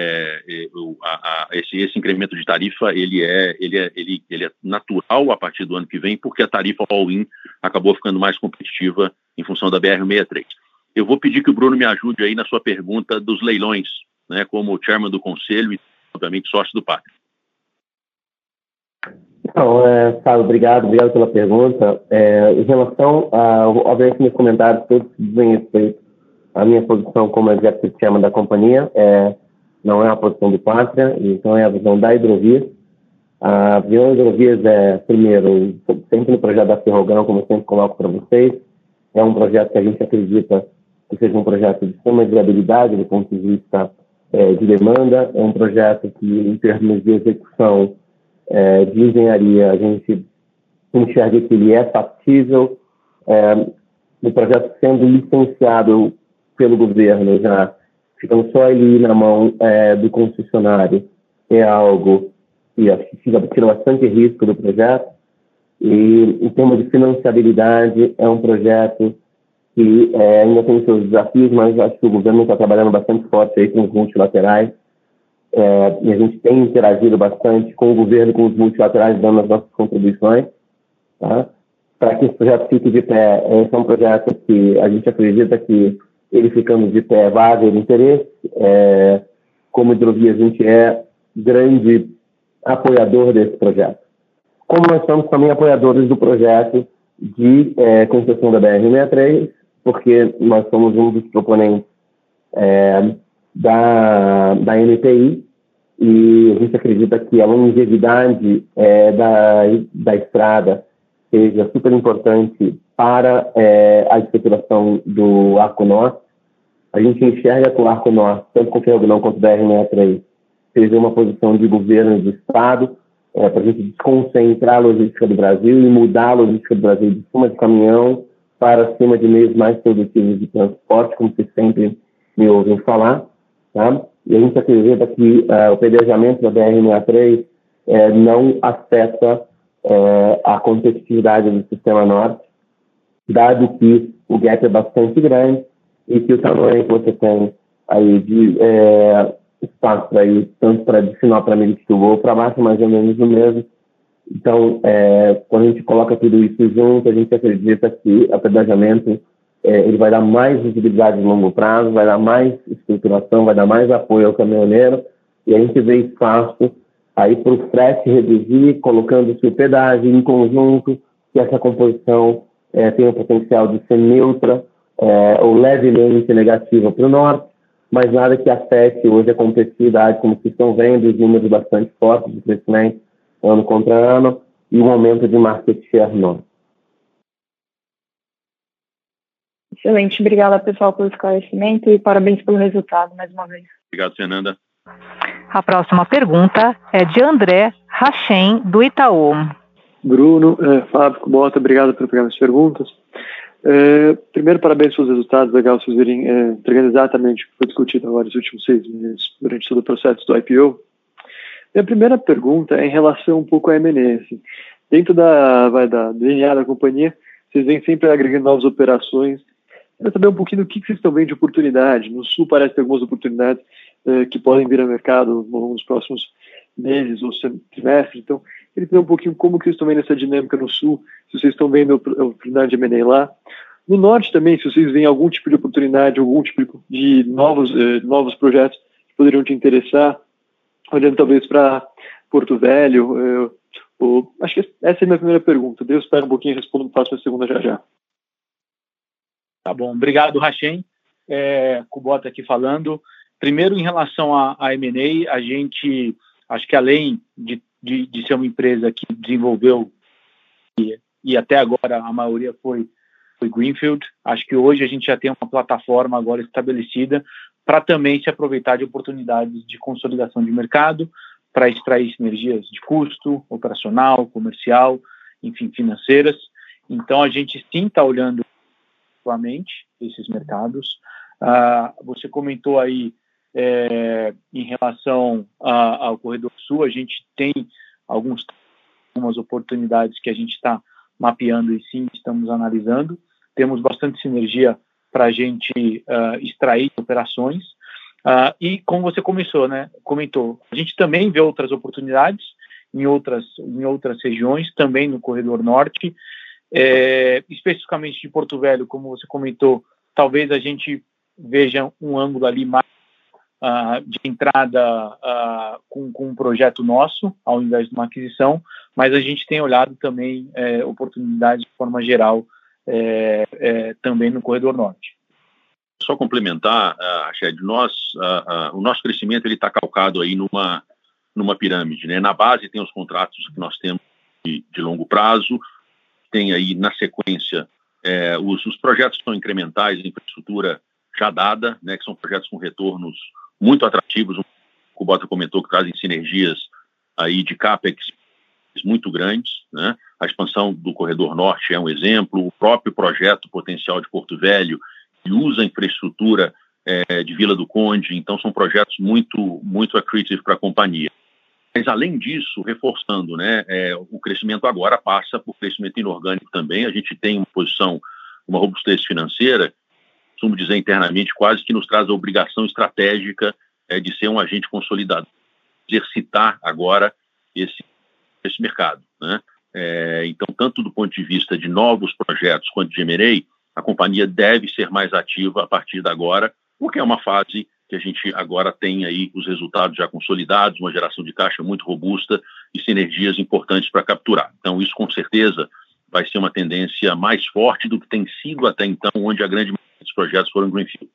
Speaker 3: esse incremento de tarifa ele é natural a partir do ano que vem, porque a tarifa all-in acabou ficando mais competitiva em função da BR-63. Eu vou pedir que o Bruno me ajude aí na sua pergunta dos leilões, né, como chairman do conselho e, obviamente, sócio do Pátria.
Speaker 2: Então, Fábio, obrigado pela pergunta. Em relação obviamente, meus comentários todos dizem respeito à minha posição como executive chairman da companhia, não é a posição do Pátria, então é a visão da Hidrovias. A visão da Hidrovias primeiro, sempre no projeto da Ferrogrão, como eu sempre coloco para vocês, é um projeto que a gente acredita que seja um projeto de extrema viabilidade do ponto de vista de demanda, é um projeto que, em termos de execução de engenharia, a gente enxerga que ele é factível. O projeto sendo licenciado pelo governo, já ficando só ele na mão do concessionário, é algo que acho que tira bastante risco do projeto. E, em termos de financiabilidade, é um projeto que ainda tem seus desafios, mas acho que o governo está trabalhando bastante forte aí com os multilaterais. E a gente tem interagido bastante com o governo, com os multilaterais, dando as nossas contribuições, tá? Para que esse projeto fique de pé. Esse é um projeto que a gente acredita que ele ficando de pé vai haver interesse. Como Hidrovias, a gente é grande apoiador desse projeto. Como nós somos também apoiadores do projeto de concessão da BR-63, porque nós somos um dos proponentes da NPI, e a gente acredita que a longevidade da estrada seja super importante para a estruturação do Arco Norte. A gente enxerga que o Arco Norte, tanto com o Ferrovião quanto o BR-63, seja uma posição de governo e de Estado, para a gente desconcentrar a logística do Brasil e mudar a logística do Brasil de cima de caminhão para cima de meios mais produtivos de transporte, como vocês sempre me ouvem falar, tá? E a gente acredita que o pedelejamento da BR-63 não afeta a competitividade do Sistema Norte, dado que o gap é bastante grande e que o tamanho que você tem aí de espaço para ir, tanto para de Sinop para Miritituba ou para baixo, mais ou menos o mesmo. Então, quando a gente coloca tudo isso junto, a gente acredita que o pedelejamento ele vai dar mais visibilidade no longo prazo, vai dar mais estruturação, vai dar mais apoio ao caminhoneiro, e a gente vê espaço aí para o frete reduzir, colocando-se o pedágio em conjunto, que essa composição tem o potencial de ser neutra ou levemente negativa para o norte, mas nada que afete hoje a competitividade, como vocês estão vendo, os números bastante fortes de crescimento ano contra ano e um aumento de market share norte.
Speaker 6: Excelente, obrigada pessoal pelo esclarecimento e parabéns pelo resultado mais uma vez.
Speaker 3: Obrigado, Fernanda.
Speaker 1: A próxima pergunta é de André Rachem, do Itaú.
Speaker 7: Bruno, Fábio, Kubota, obrigado por pegar as perguntas. Primeiro, parabéns pelos resultados, legal vocês verem entregando exatamente o que foi discutido agora nos últimos 6 meses durante todo o processo do IPO. Minha primeira pergunta é em relação um pouco à M&A. Assim. Dentro da DNA da companhia, vocês vêm sempre agregando novas operações. Quero saber um pouquinho do que vocês estão vendo de oportunidade. No Sul parece ter algumas oportunidades que podem vir ao mercado nos próximos meses ou trimestres. Então, queria saber um pouquinho como que vocês estão vendo essa dinâmica no Sul, se vocês estão vendo a oportunidade de M&A lá. No Norte também, se vocês veem algum tipo de oportunidade, algum tipo de novos projetos que poderiam te interessar, olhando talvez para Porto Velho. Acho que essa é a minha primeira pergunta. Deus espera um pouquinho e respondo, faço a segunda já.
Speaker 4: Tá bom, obrigado, Rachem. Kubota aqui falando. Primeiro, em relação à M&A, a gente, acho que além de ser uma empresa que desenvolveu, e até agora a maioria foi Greenfield, acho que hoje a gente já tem uma plataforma agora estabelecida para também se aproveitar de oportunidades de consolidação de mercado, para extrair sinergias de custo, operacional, comercial, enfim, financeiras. Então, a gente sim está olhando ativamente esses mercados. Você comentou aí em relação ao Corredor Sul, a gente tem algumas oportunidades que a gente está mapeando e sim estamos analisando. Temos bastante sinergia para a gente extrair operações. E como você comentou, a gente também vê outras oportunidades em outras regiões, também no Corredor Norte, especificamente de Porto Velho, como você comentou, talvez a gente veja um ângulo ali mais de entrada com um projeto nosso, ao invés de uma aquisição, mas a gente tem olhado também oportunidades de forma geral também no Corredor Norte.
Speaker 3: Só complementar, Shed, o nosso crescimento ele está calcado aí numa pirâmide, né? Na base tem os contratos que nós temos de longo prazo, tem aí na sequência os projetos que são incrementais, infraestrutura já dada, né? Que são projetos com retornos muito atrativos. O Kubota comentou que trazem sinergias aí de CAPEX muito grandes, né? A expansão do Corredor Norte é um exemplo, o próprio projeto potencial de Porto Velho, que usa a infraestrutura de Vila do Conde, então são projetos muito, muito accretive para a companhia. Mas, além disso, reforçando, né, o crescimento agora passa por crescimento inorgânico também. A gente tem uma robustez financeira, costumo dizer internamente, quase que nos traz a obrigação estratégica de ser um agente consolidador, exercitar agora esse mercado, né? Então, tanto do ponto de vista de novos projetos quanto de M&A, a companhia deve ser mais ativa a partir de agora, porque é uma fase que a gente agora tem aí os resultados já consolidados, uma geração de caixa muito robusta e sinergias importantes para capturar. Então, isso com certeza vai ser uma tendência mais forte do que tem sido até então, onde a grande maioria dos projetos foram greenfield.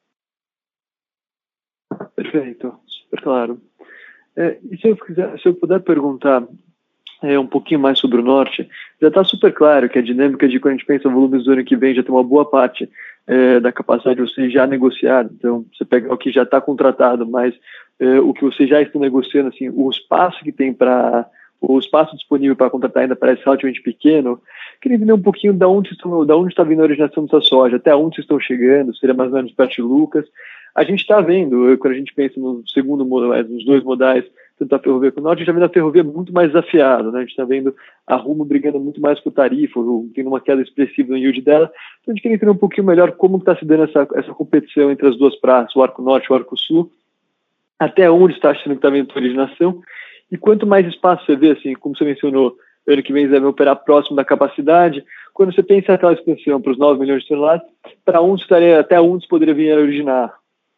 Speaker 7: Perfeito, super claro. E se eu puder perguntar um pouquinho mais sobre o norte, já está super claro que a dinâmica de quando a gente pensa em volumes do ano que vem já tem uma boa parte da capacidade de você já negociar. Então, você pega o que já está contratado, mas o que você já está negociando, assim, o espaço que tem o espaço disponível para contratar ainda parece relativamente pequeno. Queria entender um pouquinho da onde está vindo a originação dessa soja, até onde vocês estão chegando, seria mais ou menos perto de Lucas. A gente está vendo, quando a gente pensa no segundo modal, nos dois modais, tanto a ferrovia quanto o norte, a gente está vendo a ferrovia muito mais desafiada, né? A gente está vendo a Rumo brigando muito mais por tarifa, tendo uma queda expressiva no yield dela. Então a gente queria entender um pouquinho melhor como está se dando essa competição entre as duas praças, o Arco Norte e o Arco Sul, até onde está achando que está vendo a originação, e quanto mais espaço você vê, assim, como você mencionou, ano que vem eles devem operar próximo da capacidade. Quando você pensa naquela expansão para os 9 milhões de toneladas, para onde estaria, até onde poderia vir a originar?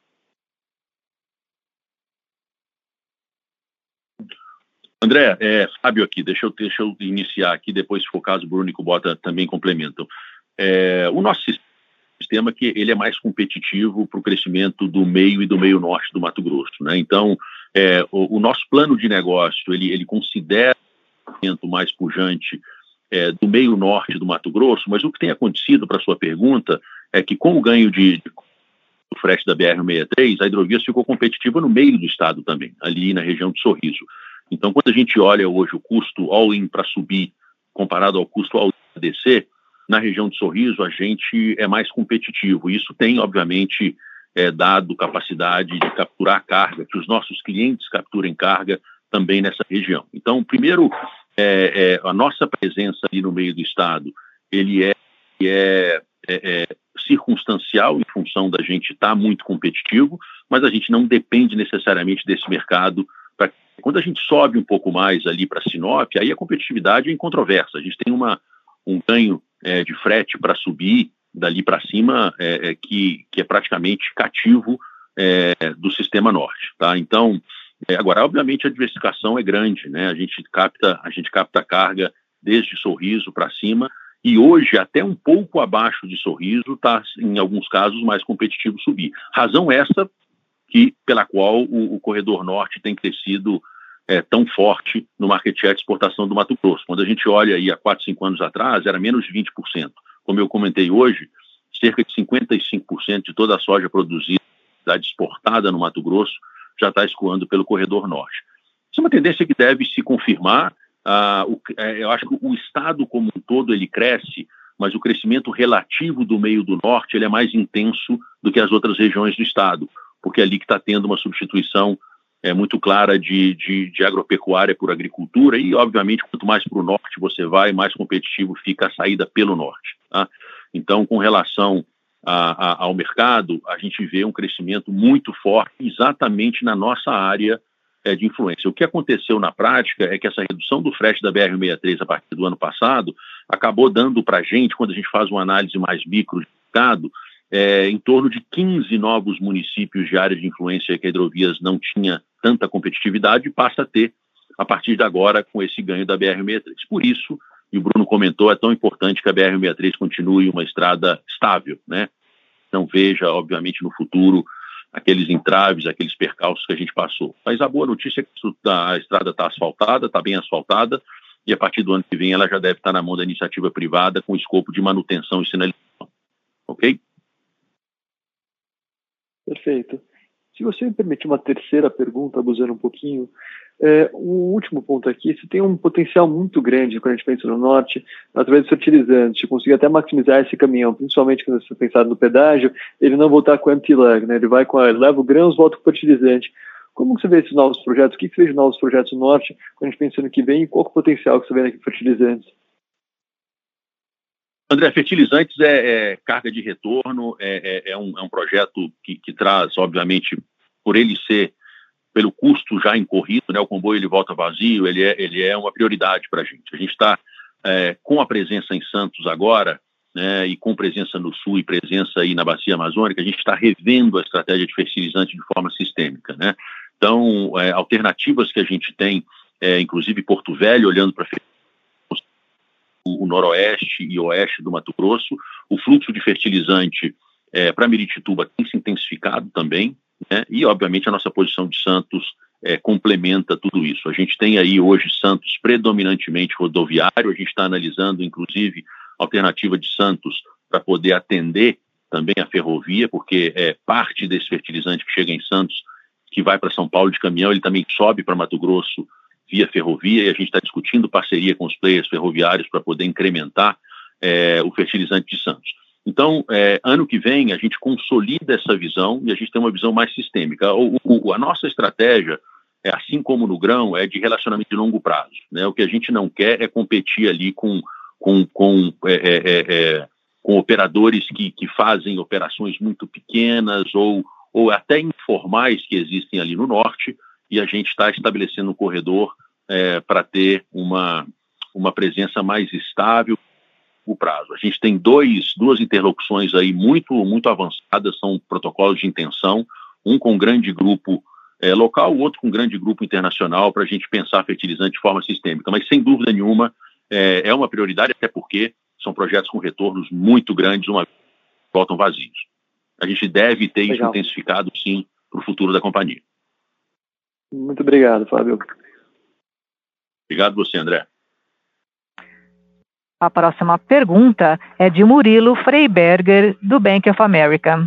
Speaker 3: André, Fábio aqui, deixa eu iniciar aqui, depois, se for o caso, o Bruno e o Bota também complementam. O nosso sistema que ele é mais competitivo para o crescimento do meio e do meio norte do Mato Grosso, né? Então, o nosso plano de negócio, ele considera o crescimento mais pujante do meio norte do Mato Grosso, mas o que tem acontecido, para a sua pergunta, é que com o ganho do frete da BR-163, a Hidrovias ficou competitiva no meio do estado também, ali na região de Sorriso. Então, quando a gente olha hoje o custo all-in para subir, comparado ao custo all-in para descer, na região de Sorriso a gente é mais competitivo. Isso tem, obviamente, dado capacidade de capturar carga, que os nossos clientes capturem carga também nessa região. Então, primeiro, a nossa presença ali no meio do estado, ele é circunstancial em função da gente estar muito competitivo, mas a gente não depende necessariamente desse mercado. Quando a gente sobe um pouco mais ali para Sinop, aí a competitividade é incontroversa. A gente tem um ganho de frete para subir dali para cima que é praticamente cativo do sistema norte, tá? Então, agora, obviamente, a diversificação é grande, né? A gente capta carga desde Sorriso para cima e hoje até um pouco abaixo de Sorriso está, em alguns casos, mais competitivo subir. Razão essa pela qual o corredor norte tem crescido tão forte no market share de exportação do Mato Grosso. Quando a gente olha aí há 4, 5 anos atrás, era menos de 20%. Como eu comentei hoje, cerca de 55% de toda a soja produzida, exportada no Mato Grosso, já está escoando pelo corredor norte. Isso é uma tendência que deve se confirmar. Eu acho que o estado como um todo ele cresce, mas o crescimento relativo do meio do norte ele é mais intenso do que as outras regiões do estado, porque é ali que está tendo uma substituição muito clara de agropecuária por agricultura e, obviamente, quanto mais para o norte você vai, mais competitivo fica a saída pelo norte, tá? Então, com relação ao mercado, a gente vê um crescimento muito forte exatamente na nossa área de influência. O que aconteceu na prática é que essa redução do frete da BR-163 a partir do ano passado acabou dando para a gente, quando a gente faz uma análise mais micro de mercado, em torno de 15 novos municípios de área de influência que a Hidrovias não tinha tanta competitividade e passa a ter a partir de agora com esse ganho da BR-163. Por isso, e o Bruno comentou, é tão importante que a BR-163 continue uma estrada estável, né? Não veja, obviamente, no futuro aqueles entraves, aqueles percalços que a gente passou. Mas a boa notícia é que a estrada está asfaltada, está bem asfaltada, e a partir do ano que vem ela já deve estar na mão da iniciativa privada com escopo de manutenção e sinalização. Ok?
Speaker 7: Perfeito. Se você me permitir uma terceira pergunta, abusando um pouquinho, um último ponto aqui, você tem um potencial muito grande quando a gente pensa no norte, através dos fertilizantes, de conseguir até maximizar esse caminhão, principalmente quando você pensar no pedágio, ele não voltar com empty lug, né? Ele leva o grãos, volta com o fertilizante. Como você vê esses novos projetos? O que você vê de novos projetos no norte, quando a gente pensa no que vem, e qual é o potencial que você vê aqui em fertilizantes?
Speaker 3: André, fertilizantes é carga de retorno, é um projeto que traz, obviamente, por ele ser, pelo custo já incorrido, né, o comboio ele volta vazio, ele é uma prioridade para a gente. A gente está com a presença em Santos agora, né, e com presença no Sul e presença aí na Bacia Amazônica, a gente está revendo a estratégia de fertilizante de forma sistêmica, né? Então, alternativas que a gente tem, inclusive Porto Velho, olhando para o o noroeste e oeste do Mato Grosso. O fluxo de fertilizante para Miritituba tem se intensificado também, né? E, obviamente, a nossa posição de Santos complementa tudo isso. A gente tem aí hoje Santos predominantemente rodoviário, a gente está analisando, inclusive, a alternativa de Santos para poder atender também a ferrovia, porque parte desse fertilizante que chega em Santos, que vai para São Paulo de caminhão, ele também sobe para Mato Grosso via ferrovia, e a gente está discutindo parceria com os players ferroviários para poder incrementar o fertilizante de Santos. Então, ano que vem, a gente consolida essa visão e a gente tem uma visão mais sistêmica. A nossa estratégia, assim como no grão, é de relacionamento de longo prazo, né? O que a gente não quer é competir ali com operadores que fazem operações muito pequenas ou até informais que existem ali no norte, e a gente está estabelecendo um corredor para ter uma presença mais estável no prazo. A gente tem duas interlocuções aí muito, muito avançadas, são protocolos de intenção, um com um grande grupo local, o outro com um grande grupo internacional, para a gente pensar fertilizante de forma sistêmica. Mas, sem dúvida nenhuma, é uma prioridade, até porque são projetos com retornos muito grandes, uma vez que voltam vazios. A gente deve ter isso intensificado, sim, para o futuro da companhia.
Speaker 7: Muito obrigado, Fábio.
Speaker 3: Obrigado você, André.
Speaker 1: A próxima pergunta é de Murilo Freiberger, do Bank of America.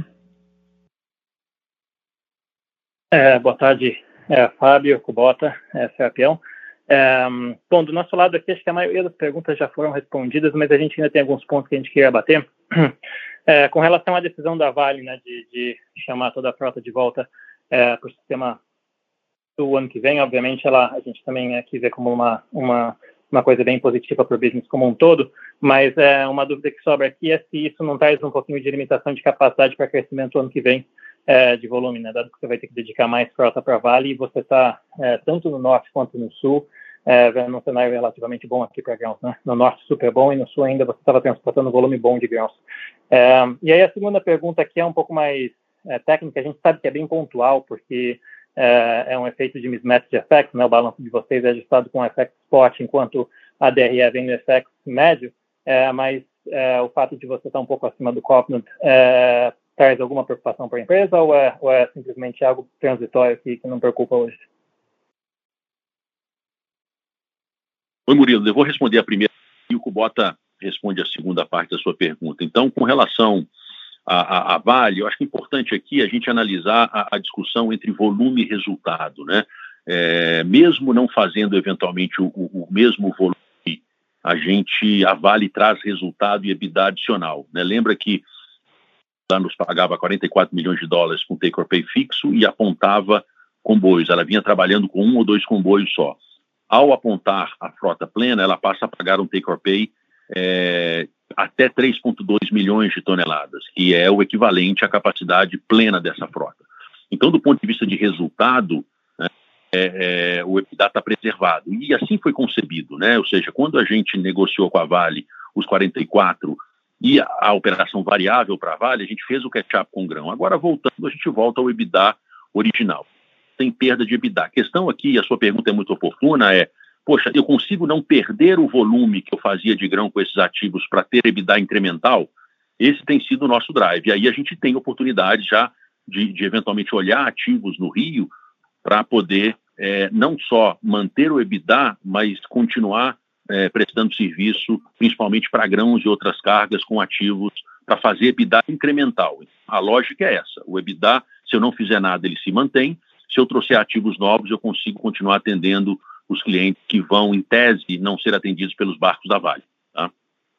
Speaker 8: Boa tarde, Fábio, Kubota, Serapião. Bom, do nosso lado aqui, acho que a maioria das perguntas já foram respondidas, mas a gente ainda tem alguns pontos que a gente queria bater. Com relação à decisão da Vale, né, de chamar toda a frota de volta para o sistema do ano que vem, obviamente a gente também aqui vê como uma coisa bem positiva para o business como um todo, mas uma dúvida que sobra aqui é se isso não traz um pouquinho de limitação de capacidade para crescimento ano que vem de volume, né? Dado que você vai ter que dedicar mais frota para a Vale e você está tanto no norte quanto no sul vendo um cenário relativamente bom aqui para grãos, né? No norte super bom e no sul ainda você estava transportando um volume bom de grãos. E aí a segunda pergunta aqui é um pouco mais técnica, a gente sabe que é bem pontual, porque é um efeito de mismatch de FX, né? O balanço de vocês é ajustado com FX spot, enquanto a DRE vem no FX médio, mas o fato de você estar um pouco acima do Covenant traz alguma preocupação para a empresa ou é simplesmente algo transitório que não preocupa hoje?
Speaker 3: Oi, Murilo, eu vou responder a primeira e o Kubota responde a segunda parte da sua pergunta. Então, com relação a Vale, eu acho que é importante aqui a gente analisar a discussão entre volume e resultado, né? Mesmo não fazendo eventualmente o mesmo volume, a Vale traz resultado e EBITDA adicional, né? Lembra que ela nos pagava 44 milhões de dólares com take or pay fixo e apontava comboios. Ela vinha trabalhando com 1 ou 2 comboios só. Ao apontar a frota plena, ela passa a pagar um take or pay até 3,2 milhões de toneladas, que é o equivalente à capacidade plena dessa frota. Então, do ponto de vista de resultado, né, o EBITDA está preservado. E assim foi concebido, né? Ou seja, quando a gente negociou com a Vale os 44 e a operação variável para a Vale, a gente fez o catch-up com o grão. Agora, voltando, a gente volta ao EBITDA original. Tem perda de EBITDA. A questão aqui, a sua pergunta é muito oportuna, poxa, eu consigo não perder o volume que eu fazia de grão com esses ativos para ter EBITDA incremental? Esse tem sido o nosso drive. E aí a gente tem oportunidade já de eventualmente olhar ativos no Rio para poder não só manter o EBITDA, mas continuar prestando serviço, principalmente para grãos e outras cargas com ativos, para fazer EBITDA incremental. A lógica é essa. O EBITDA, se eu não fizer nada, ele se mantém. Se eu trouxer ativos novos, eu consigo continuar atendendo os clientes que vão, em tese, não ser atendidos pelos barcos da Vale. Tá?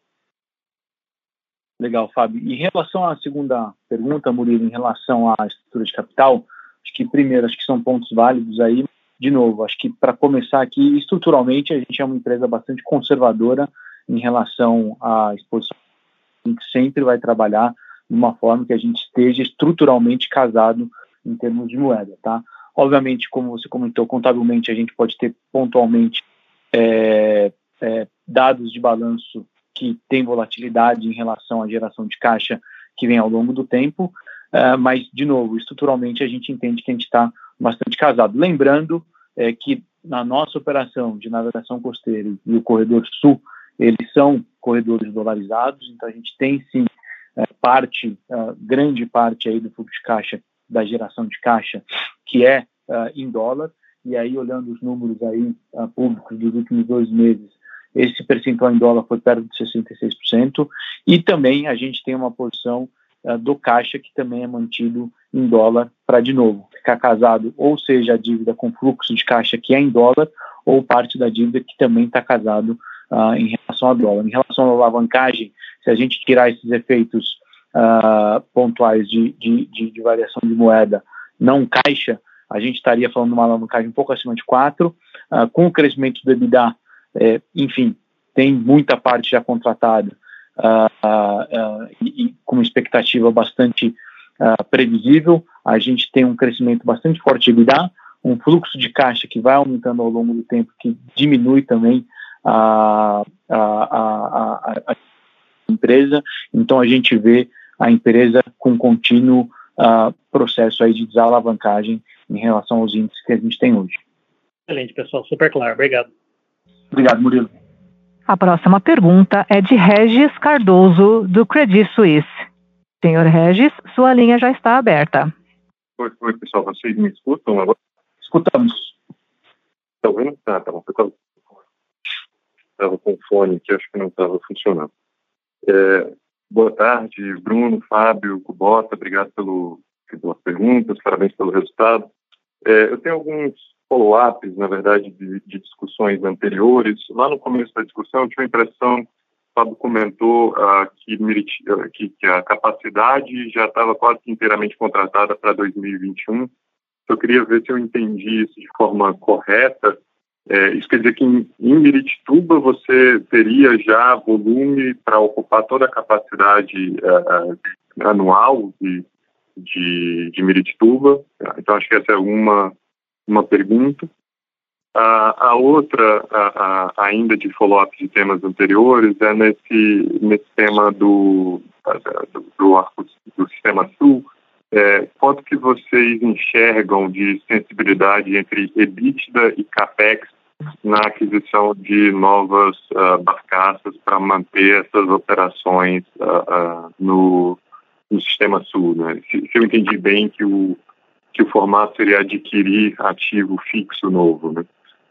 Speaker 4: Legal, Fábio. Em relação à segunda pergunta, Murilo, em relação à estrutura de capital, acho que são pontos válidos aí. De novo, acho que para começar aqui, estruturalmente, a gente é uma empresa bastante conservadora em relação à exposição. A gente sempre vai trabalhar de uma forma que a gente esteja estruturalmente casado em termos de moeda, tá? Obviamente, como você comentou, contabilmente a gente pode ter pontualmente dados de balanço que tem volatilidade em relação à geração de caixa que vem ao longo do tempo, mas, de novo, estruturalmente a gente entende que a gente está bastante casado. Lembrando que na nossa operação de navegação costeira e o corredor sul, eles são corredores dolarizados, então a gente tem sim grande parte aí do fluxo de caixa, da geração de caixa, que é em dólar, e aí olhando os números aí públicos dos últimos 2 meses, esse percentual em dólar foi perto de 66%, e também a gente tem uma porção do caixa que também é mantido em dólar para, de novo, ficar casado, ou seja, a dívida com fluxo de caixa que é em dólar, ou parte da dívida que também está casado em relação a dólar. Em relação à alavancagem, se a gente tirar esses efeitos pontuais de variação de moeda não caixa, a gente estaria falando de uma alavancagem um pouco acima de 4, com o crescimento do EBITDA, enfim, tem muita parte já contratada e com uma expectativa bastante previsível. A gente tem um crescimento bastante forte de EBITDA, um fluxo de caixa que vai aumentando ao longo do tempo, que diminui também a empresa. Então a gente vê a empresa com um contínuo processo aí de desalavancagem em relação aos índices que a gente tem hoje.
Speaker 8: Excelente, pessoal, super claro. Obrigado.
Speaker 4: Obrigado, Murilo.
Speaker 1: A próxima pergunta é de Regis Cardoso, do Credit Suisse. Senhor Regis, sua linha já está aberta.
Speaker 9: Oi, pessoal, vocês me escutam agora?
Speaker 4: Escutamos.
Speaker 9: Está ouvindo? Tá bom. Estava com fone aqui, acho que não estava funcionando. Boa tarde, Bruno, Fábio, Kubota, obrigado pelas perguntas, parabéns pelo resultado. Eu tenho alguns follow-ups, na verdade, de discussões anteriores. Lá no começo da discussão, eu tive a impressão, o Fábio comentou que a capacidade já estava quase que inteiramente contratada para 2021. Eu queria ver se eu entendi isso de forma correta. Isso quer dizer que em Miritituba você teria já volume para ocupar toda a capacidade anual de Miritituba? Então, acho que essa é uma pergunta. A outra, ainda de follow-up de temas anteriores, é nesse tema do Sistema Sul. Quanto que vocês enxergam de sensibilidade entre EBITDA e CAPEX na aquisição de novas barcaças para manter essas operações no Sistema Sul, né? Se eu entendi bem que o formato seria adquirir ativo fixo novo, né?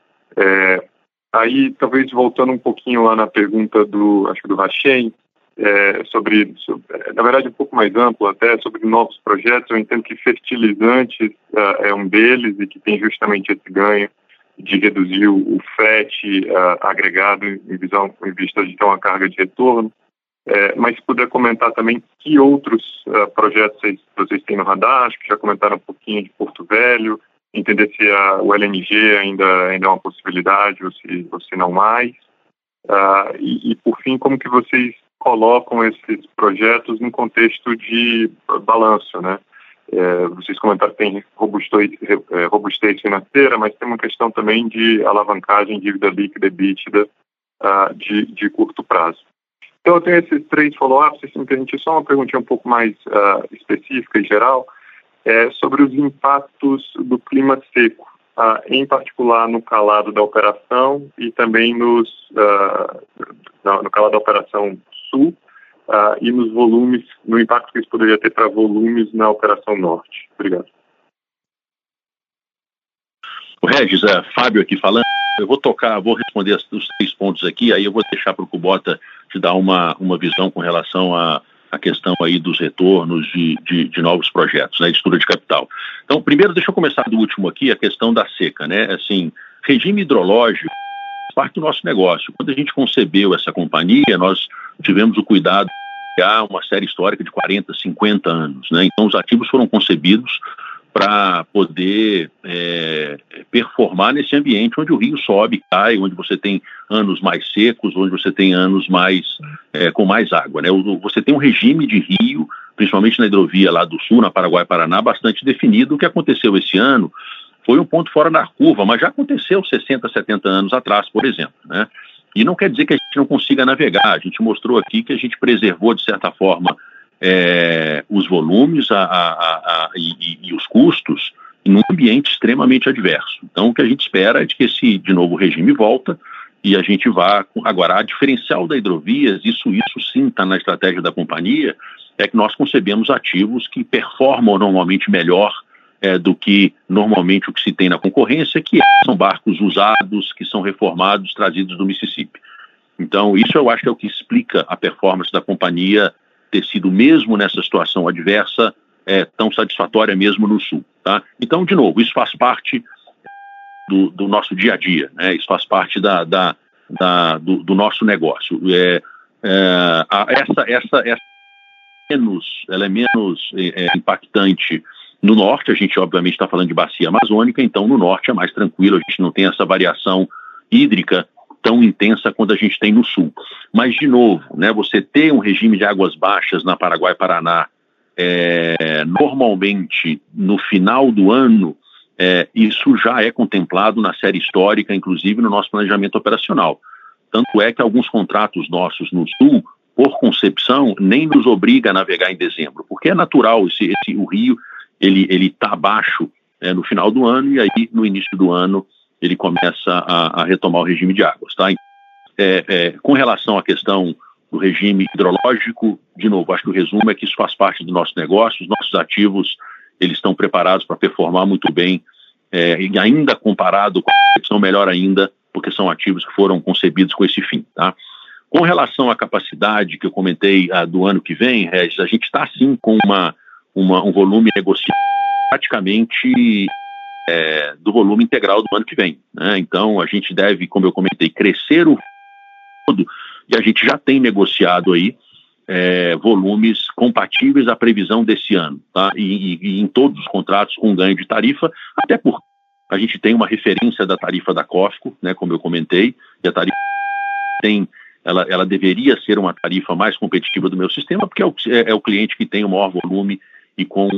Speaker 9: Aí, talvez voltando um pouquinho lá na pergunta do Rachem, sobre, na verdade, um pouco mais amplo até, sobre novos projetos. Eu entendo que fertilizantes é um deles e que tem justamente esse ganho de reduzir o frete agregado em vista de ter uma carga de retorno. Mas se puder comentar também que outros projetos vocês têm no radar, acho que já comentaram um pouquinho de Porto Velho, entender se o LNG ainda é uma possibilidade ou se não mais. E por fim, como que vocês colocam esses projetos no contexto de balanço, né? Vocês comentaram que tem robustez financeira, mas tem uma questão também de alavancagem, dívida líquida, EBITDA de curto prazo. Então, eu tenho esses 3 follow-ups, se me permitir só uma perguntinha um pouco mais específica e geral, sobre os impactos do clima seco, em particular no calado da operação e também no calado da operação sul, e nos volumes, no impacto que isso poderia ter para volumes na operação norte. Obrigado.
Speaker 3: O Regis, Fábio aqui falando. Eu vou responder os 3 pontos aqui, aí eu vou deixar para o Kubota te dar uma visão com relação à questão aí dos retornos de novos projetos, né, de estrutura de capital. Então, primeiro, deixa eu começar do último aqui, a questão da seca, né? Assim, regime hidrológico faz parte do nosso negócio. Quando a gente concebeu essa companhia, nós tivemos o cuidado de criar uma série histórica de 40, 50 anos, né? Então, os ativos foram concebidos para poder performar nesse ambiente onde o rio sobe, cai, onde você tem anos mais secos, onde você tem anos com mais água, né? Você tem um regime de rio, principalmente na hidrovia lá do sul, na Paraguai-Paraná, bastante definido. O que aconteceu esse ano foi um ponto fora da curva, mas já aconteceu 60, 70 anos atrás, por exemplo, né? E não quer dizer que a gente não consiga navegar. A gente mostrou aqui que a gente preservou, de certa forma, os volumes e os custos num ambiente extremamente adverso. Então, o que a gente espera é de que esse, de novo, regime volta e a gente vai... Agora, a diferencial da Hidrovias, isso sim está na estratégia da companhia, é que nós concebemos ativos que performam normalmente melhor do que normalmente o que se tem na concorrência, que são barcos usados, que são reformados, trazidos do Mississippi. Então, isso eu acho que é o que explica a performance da companhia ter sido, mesmo nessa situação adversa, tão satisfatória mesmo no Sul. Tá? Então, de novo, isso faz parte do nosso dia a dia, né? Isso faz parte do nosso negócio. Ela é menos impactante no norte. A gente obviamente está falando de bacia amazônica, então no norte é mais tranquilo, a gente não tem essa variação hídrica tão intensa quanto a gente tem no sul. Mas, de novo, né, você ter um regime de águas baixas na Paraguai e Paraná, normalmente no final do ano, isso já é contemplado na série histórica, inclusive no nosso planejamento operacional. Tanto é que alguns contratos nossos no sul, por concepção, nem nos obriga a navegar em dezembro, porque é natural, o rio ele está abaixo no final do ano, e aí no início do ano ele começa a retomar o regime de águas. Tá? Com relação à questão do regime hidrológico, de novo, acho que o resumo é que isso faz parte do nosso negócio, os nossos ativos eles estão preparados para performar muito bem, e ainda comparado com a concepção, melhor ainda, porque são ativos que foram concebidos com esse fim. Tá? Com relação à capacidade que eu comentei do ano que vem, Regis, a gente está sim com um volume negociado praticamente do volume integral do ano que vem. Né? Então, a gente deve, como eu comentei, crescer o todo, e a gente já tem negociado aí volumes compatíveis à previsão desse ano, tá? E em todos os contratos com ganho de tarifa, até porque a gente tem uma referência da tarifa da COFCO, né, como eu comentei, e a tarifa ela deveria ser uma tarifa mais competitiva do meu sistema, porque é o cliente que tem o maior volume e com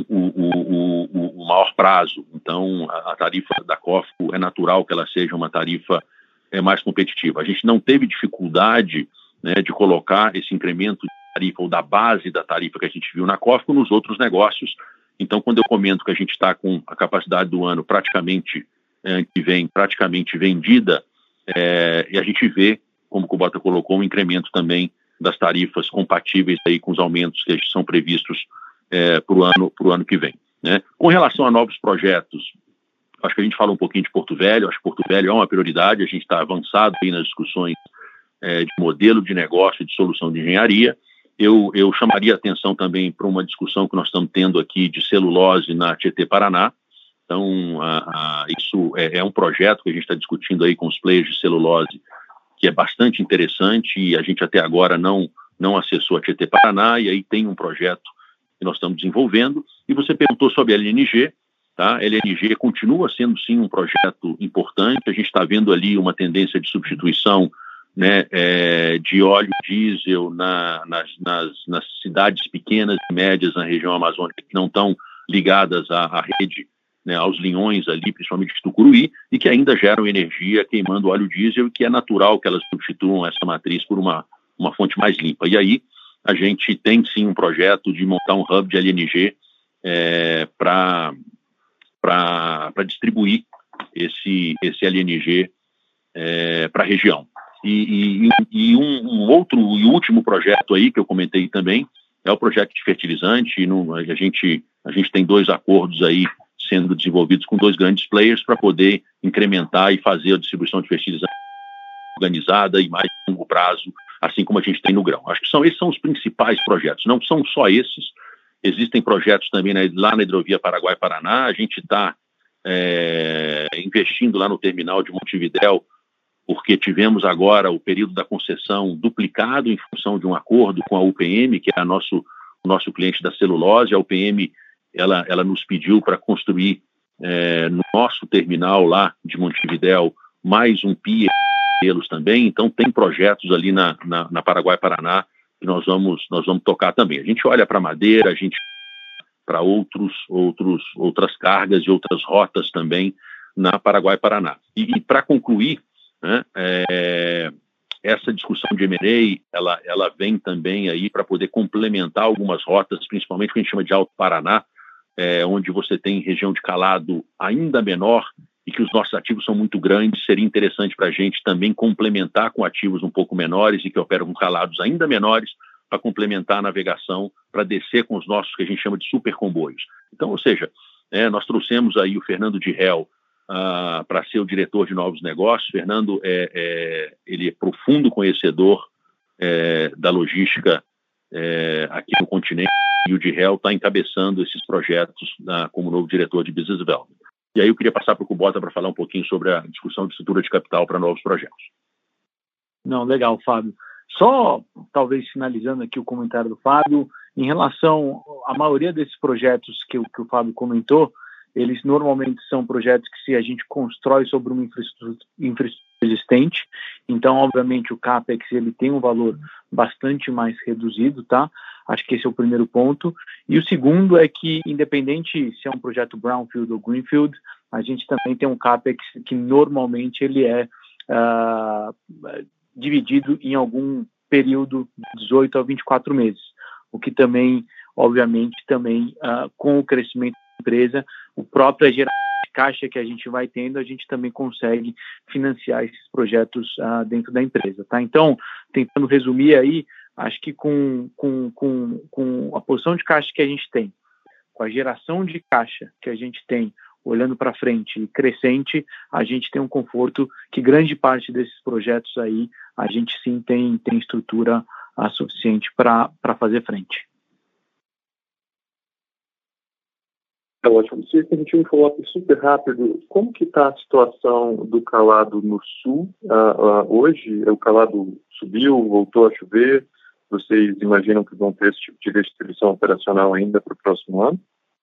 Speaker 3: o maior prazo. Então, a tarifa da COFCO é natural que ela seja uma tarifa mais competitiva. A gente não teve dificuldade, né, de colocar esse incremento de tarifa ou da base da tarifa que a gente viu na COFCO nos outros negócios. Então, quando eu comento que a gente está com a capacidade do ano praticamente vendida, e a gente vê, como o Kubota colocou, um incremento também das tarifas compatíveis aí com os aumentos que são previstos para o ano que vem. Né? Com relação a novos projetos, acho que a gente fala um pouquinho de Porto Velho. Acho que Porto Velho é uma prioridade, a gente está avançado aí nas discussões de modelo de negócio e de solução de engenharia. Eu chamaria atenção também para uma discussão que nós estamos tendo aqui de celulose na Tietê Paraná. Então, isso é um projeto que a gente está discutindo aí com os players de celulose, que é bastante interessante, e a gente até agora não acessou a Tietê Paraná, e aí tem um projeto que nós estamos desenvolvendo. E você perguntou sobre a LNG, tá? A LNG continua sendo, sim, um projeto importante. A gente está vendo ali uma tendência de substituição, né, de óleo diesel nas cidades pequenas e médias na região amazônica, que não estão ligadas à rede, né, aos linhões ali, principalmente de Tucuruí, e que ainda geram energia queimando óleo diesel, e que é natural que elas substituam essa matriz por uma fonte mais limpa. E aí a gente tem sim um projeto de montar um hub de LNG para distribuir esse LNG para a região. E um outro e último projeto aí que eu comentei também é o projeto de fertilizante. A gente tem 2 acordos aí sendo desenvolvidos com 2 grandes players para poder incrementar e fazer a distribuição de fertilizante organizada e mais a longo prazo, assim como a gente tem no grão. Acho que esses são os principais projetos. Não são só esses, existem projetos também lá na Hidrovia Paraguai-Paraná. A gente está investindo lá no terminal de Montevidéu, porque tivemos agora o período da concessão duplicado em função de um acordo com a UPM, que é o nosso cliente da celulose. A UPM ela nos pediu para construir no nosso terminal lá de Montevidéu mais um pier também. Então tem projetos ali na Paraguai-Paraná que nós vamos tocar também. A gente olha para madeira, a gente para outras cargas e outras rotas também na Paraguai-Paraná. E para concluir, né, essa discussão de M&A, ela vem também aí para poder complementar algumas rotas, principalmente o que a gente chama de Alto Paraná, onde você tem região de calado ainda menor e que os nossos ativos são muito grandes, seria interessante para a gente também complementar com ativos um pouco menores e que operam com calados ainda menores para complementar a navegação, para descer com os nossos, que a gente chama de super comboios. Então, ou seja, nós trouxemos aí o Fernando de Hell para ser o diretor de novos negócios. Fernando ele é profundo conhecedor da logística aqui no continente, e o de Hell está encabeçando esses projetos como novo diretor de Business Development. E aí eu queria passar para o Kubota para falar um pouquinho sobre a discussão de estrutura de capital para novos projetos.
Speaker 4: Não, legal, Fábio. Só, talvez, finalizando aqui o comentário do Fábio, em relação à maioria desses projetos que o Fábio comentou, eles normalmente são projetos que, se a gente constrói sobre uma infraestrutura existente, então, obviamente, o CAPEX ele tem um valor bastante mais reduzido, tá? Acho que esse é o primeiro ponto. E o segundo é que, independente se é um projeto Brownfield ou Greenfield, a gente também tem um CAPEX que normalmente ele é dividido em algum período de 18 a 24 meses, o que também, obviamente, também com o crescimento da empresa, o próprio geração de caixa que a gente vai tendo, a gente também consegue financiar esses projetos dentro da empresa, tá? Então, tentando resumir aí, acho que com a posição de caixa que a gente tem, com a geração de caixa que a gente tem, olhando para frente e crescente, a gente tem um conforto que grande parte desses projetos aí, a gente sim tem estrutura suficiente para fazer frente.
Speaker 9: É ótimo. Você permitiu um follow-up super rápido. Como que está a situação do calado no sul hoje? O calado subiu, voltou a chover? Vocês imaginam que vão ter esse tipo de restrição operacional ainda para o próximo ano?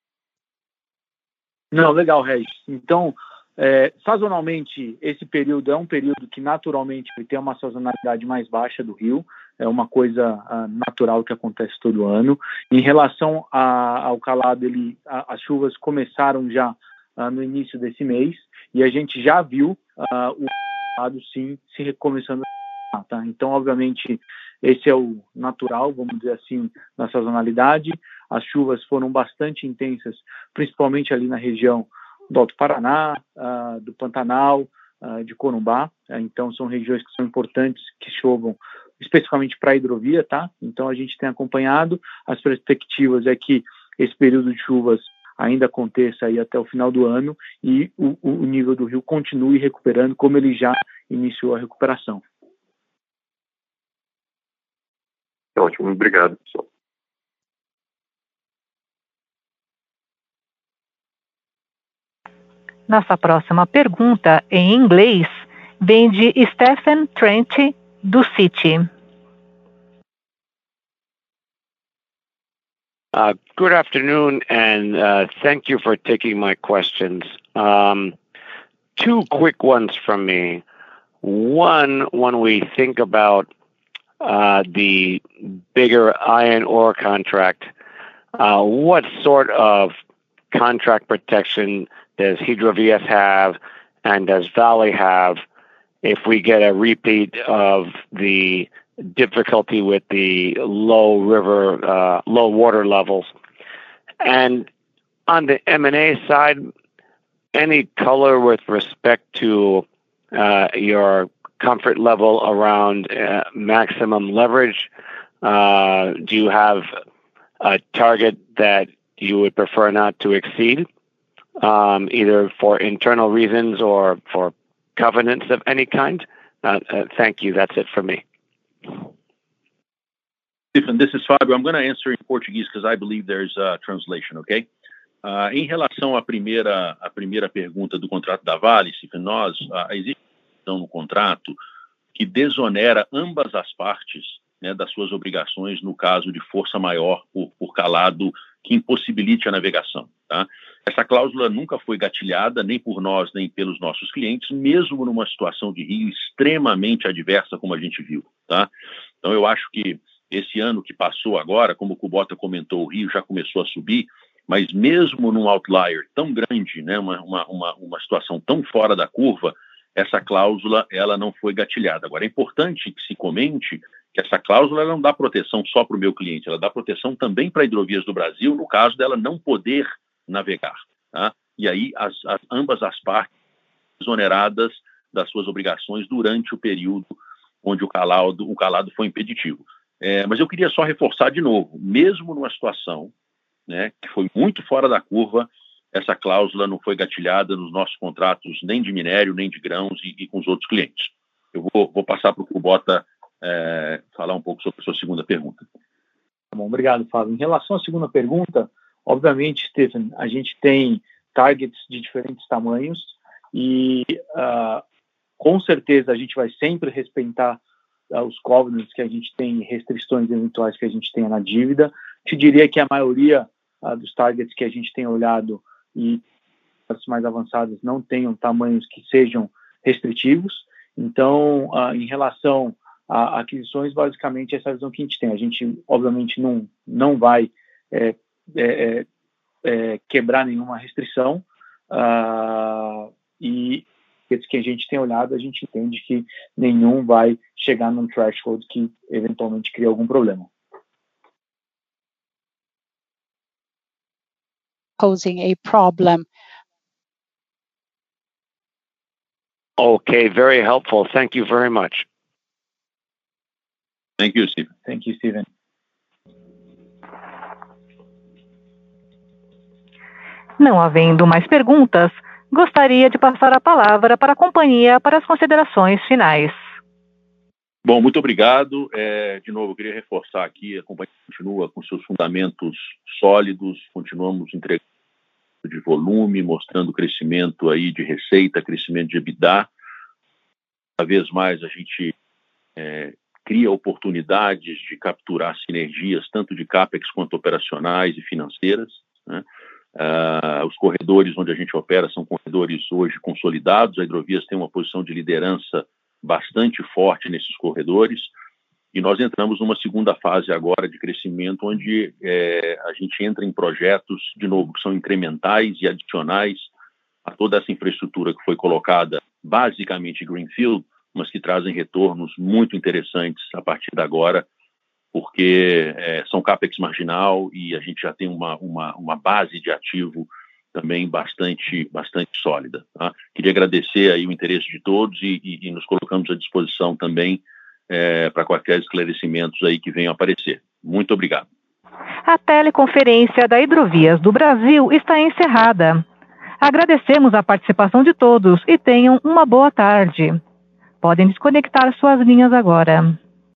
Speaker 4: Não, legal, Regis. Então, sazonalmente, esse período é um período que naturalmente ele tem uma sazonalidade mais baixa do rio, é uma coisa natural que acontece todo ano. Em relação ao calado, as chuvas começaram já no início desse mês, e a gente já viu o calado sim se recomeçando a tá? Então, obviamente, esse é o natural, vamos dizer assim, na sazonalidade. As chuvas foram bastante intensas, principalmente ali na região do Alto Paraná, do Pantanal, de Corumbá. Então, são regiões que são importantes que chovam especificamente para a hidrovia, tá? Então, a gente tem acompanhado. As perspectivas é que esse período de chuvas ainda aconteça aí até o final do ano e o nível do rio continue recuperando, como ele já iniciou a recuperação.
Speaker 9: Ótimo, obrigado, pessoal.
Speaker 1: Nossa próxima pergunta, em inglês, vem de Stephen Trent, do Citi.
Speaker 10: Good afternoon, and thank you for taking my questions. Two quick ones from me. One, when we think about the bigger iron ore contract, what sort of contract protection does Hidrovias have and does Vale have if we get a repeat of the difficulty with the low water levels? And on the M&A side, any color with respect to your comfort level around maximum leverage? Do you have a target that you would prefer not to exceed, either for internal reasons or for covenants of any kind? Thank you. That's it for me.
Speaker 3: Stephen, this is Fábio. I'm going to answer in Portuguese because I believe there's a translation, okay? Em relação à primeira pergunta do contrato da Vale, Stephen, existe no contrato que desonera ambas as partes, né, das suas obrigações no caso de força maior por calado que impossibilite a navegação. Tá? Essa cláusula nunca foi gatilhada nem por nós nem pelos nossos clientes, mesmo numa situação de rio extremamente adversa como a gente viu. Tá? Então eu acho que esse ano que passou agora, como o Kubota comentou, o rio já começou a subir, mas mesmo num outlier tão grande, né, uma situação tão fora da curva, essa cláusula ela não foi gatilhada. Agora, é importante que se comente que essa cláusula ela não dá proteção só para o meu cliente, ela dá proteção também para Hidrovias do Brasil, no caso dela não poder navegar. Tá? E aí, ambas as partes exoneradas das suas obrigações durante o período onde o calado foi impeditivo. Mas eu queria só reforçar de novo, mesmo numa situação, né, que foi muito fora da curva, essa cláusula não foi gatilhada nos nossos contratos nem de minério, nem de grãos e com os outros clientes. Eu vou passar para o Kubota falar um pouco sobre a sua segunda pergunta.
Speaker 4: Bom, obrigado, Fábio. Em relação à segunda pergunta, obviamente, Stephen, a gente tem targets de diferentes tamanhos e com certeza a gente vai sempre respeitar os covenants que a gente tem, restrições eventuais que a gente tenha na dívida. Te diria que a maioria dos targets que a gente tem olhado e as mais avançadas não tenham tamanhos que sejam restritivos. Então, em relação a aquisições, basicamente essa é a visão que a gente tem. A gente, obviamente, não vai quebrar nenhuma restrição e esses que a gente tem olhado, a gente entende que nenhum vai chegar num threshold que eventualmente cria algum problema.
Speaker 11: Posing a problem.
Speaker 10: Okay, very helpful. Thank you very much.
Speaker 3: Thank you, Stephen.
Speaker 4: Thank you, Stephen.
Speaker 1: Não havendo mais perguntas, gostaria de passar a palavra para a companhia para as considerações finais.
Speaker 3: Bom, muito obrigado. De novo, eu queria reforçar aqui, a companhia continua com seus fundamentos sólidos, continuamos entregando de volume, mostrando crescimento aí de receita, crescimento de EBITDA. Cada vez mais a gente cria oportunidades de capturar sinergias, tanto de CAPEX quanto operacionais e financeiras, né? Os corredores onde a gente opera são corredores hoje consolidados, a Hidrovias tem uma posição de liderança bastante forte nesses corredores, e nós entramos numa segunda fase agora de crescimento, onde a gente entra em projetos, de novo, que são incrementais e adicionais a toda essa infraestrutura que foi colocada, basicamente greenfield, mas que trazem retornos muito interessantes a partir de agora, porque são CAPEX marginal e a gente já tem uma base de ativo também bastante sólida. Tá? Queria agradecer aí o interesse de todos e nos colocamos à disposição também para quaisquer esclarecimentos aí que venham a aparecer. Muito obrigado.
Speaker 1: A teleconferência da Hidrovias do Brasil está encerrada. Agradecemos a participação de todos e tenham uma boa tarde. Podem desconectar suas linhas agora.